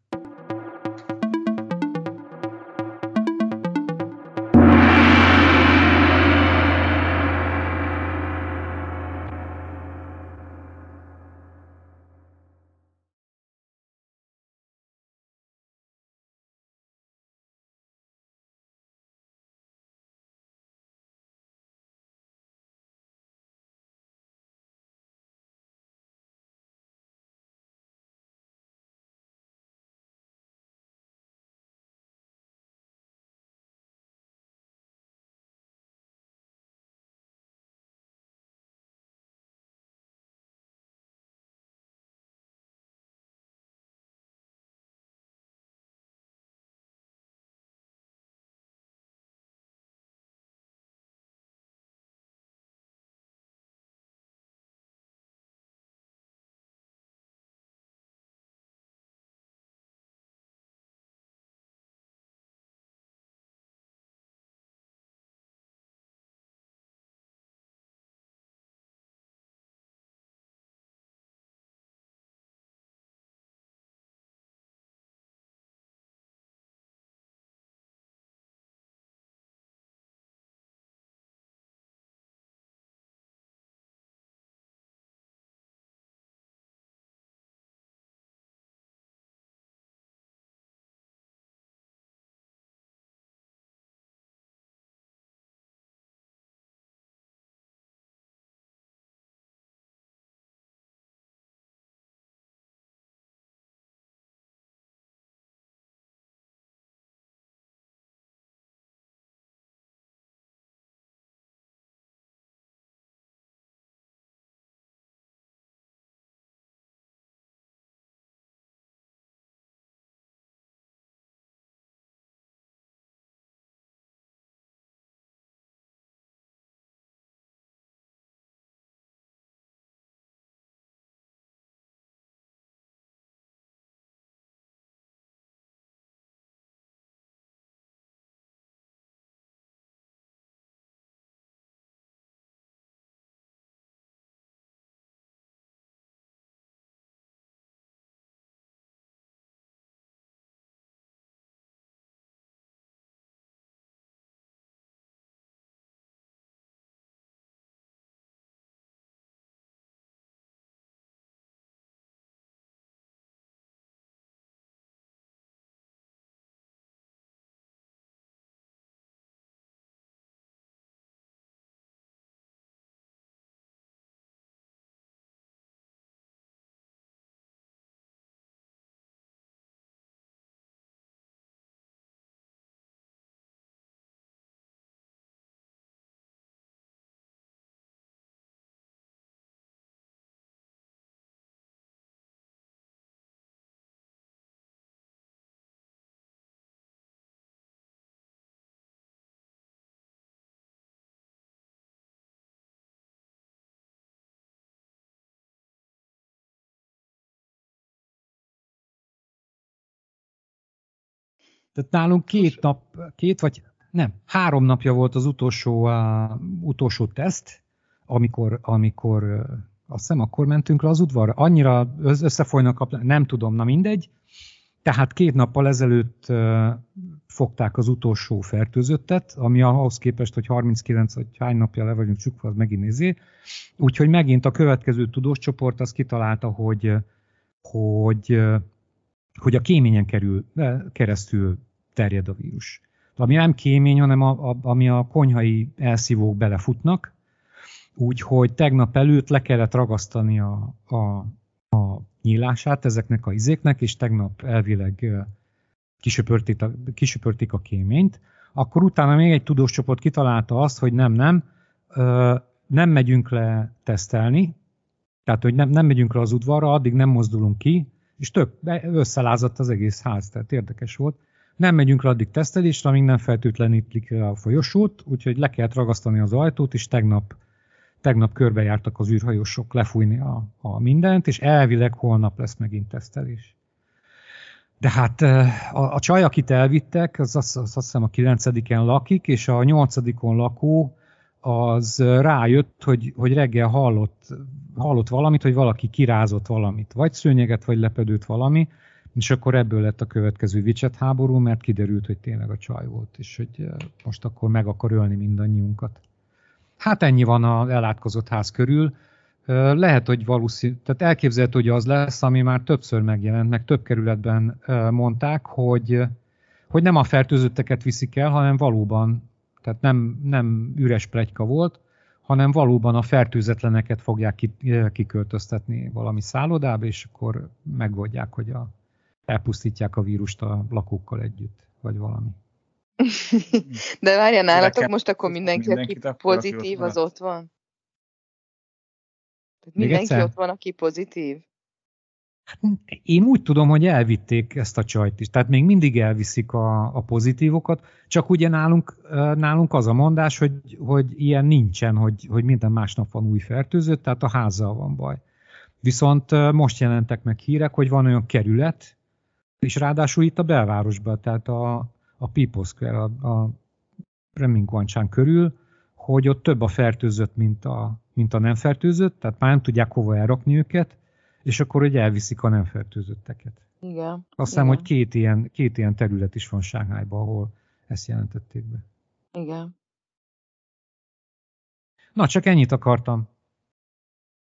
Tehát nálunk két nap, két vagy nem, három napja volt az utolsó, uh, utolsó teszt, amikor, amikor uh, azt hiszem, akkor mentünk le az udvarra. Annyira összefolynak a... Nem tudom, na mindegy. Tehát két nappal ezelőtt uh, fogták az utolsó fertőzöttet, ami ahhoz képest, hogy harminckilenc vagy hány napja le vagyunk csukva, az megint nézé. Úgyhogy megint a következő tudós csoport az kitalálta, hogy, hogy, hogy a kéményen kerül, keresztül terjed a vírus. Ami nem kémény, hanem a, a, ami a konyhai elszívók belefutnak. Úgyhogy tegnap előtt le kellett ragasztani a, a, a nyílását ezeknek a izéknek, és tegnap elvileg kisöpörték a, kisöpörték a kéményt. Akkor utána még egy tudós csoport kitalálta azt, hogy nem, nem, nem megyünk le tesztelni, tehát hogy nem, nem megyünk le az udvarra, addig nem mozdulunk ki, és tök összelázadt az egész ház, tehát érdekes volt. Nem megyünk le addig tesztelésre, amíg nem fertőtlenítjük a folyosót, úgyhogy le kellett ragasztani az ajtót, és tegnap Tegnap körbejártak az űrhajósok lefújni a, a mindent, és elvileg holnap lesz megint tesztelés. De hát a, a csaj, akit elvittek, az azt, azt hiszem a kilencediken lakik, és a nyolcadikon lakó az rájött, hogy, hogy reggel hallott, hallott valamit, hogy valaki kirázott valamit, vagy szőnyeget, vagy lepedőt valami, és akkor ebből lett a következő WeChat háború, mert kiderült, hogy tényleg a csaj volt, és hogy most akkor meg akar ölni mindannyiunkat. Hát ennyi van az elátkozott ház körül. Lehet, hogy valószínű, tehát elképzelhető, hogy az lesz, ami már többször megjelent, meg több kerületben mondták, hogy, hogy nem a fertőzötteket viszik el, hanem valóban, tehát nem, nem üres pletyka volt, hanem valóban a fertőzetleneket fogják kiköltöztetni valami szállodába, és akkor megoldják, hogy a, elpusztítják a vírust a lakókkal együtt, vagy valami. De várja, nálatok most akkor mindenki, aki pozitív, az ott van? Mindenki ott van, aki pozitív? Én úgy tudom, hogy elvitték ezt a csajt is. Tehát még mindig elviszik a, a pozitívokat, csak ugye nálunk, nálunk az a mondás, hogy, hogy ilyen nincsen, hogy, hogy minden másnap van új fertőzött, tehát a házzal van baj. Viszont most jelentek meg hírek, hogy van olyan kerület, és ráadásul itt a belvárosban, tehát a, a People Square, a, a Remington körül, hogy ott több a fertőzött, mint a, mint a nem fertőzött, tehát már nem tudják hova elrakni őket, és akkor hogy elviszik a nem fertőzötteket. Igen. Azt hiszem, igen. hogy két ilyen, két ilyen terület is van Shanghaiban, ahol ezt jelentették be. Igen. Na, csak ennyit akartam.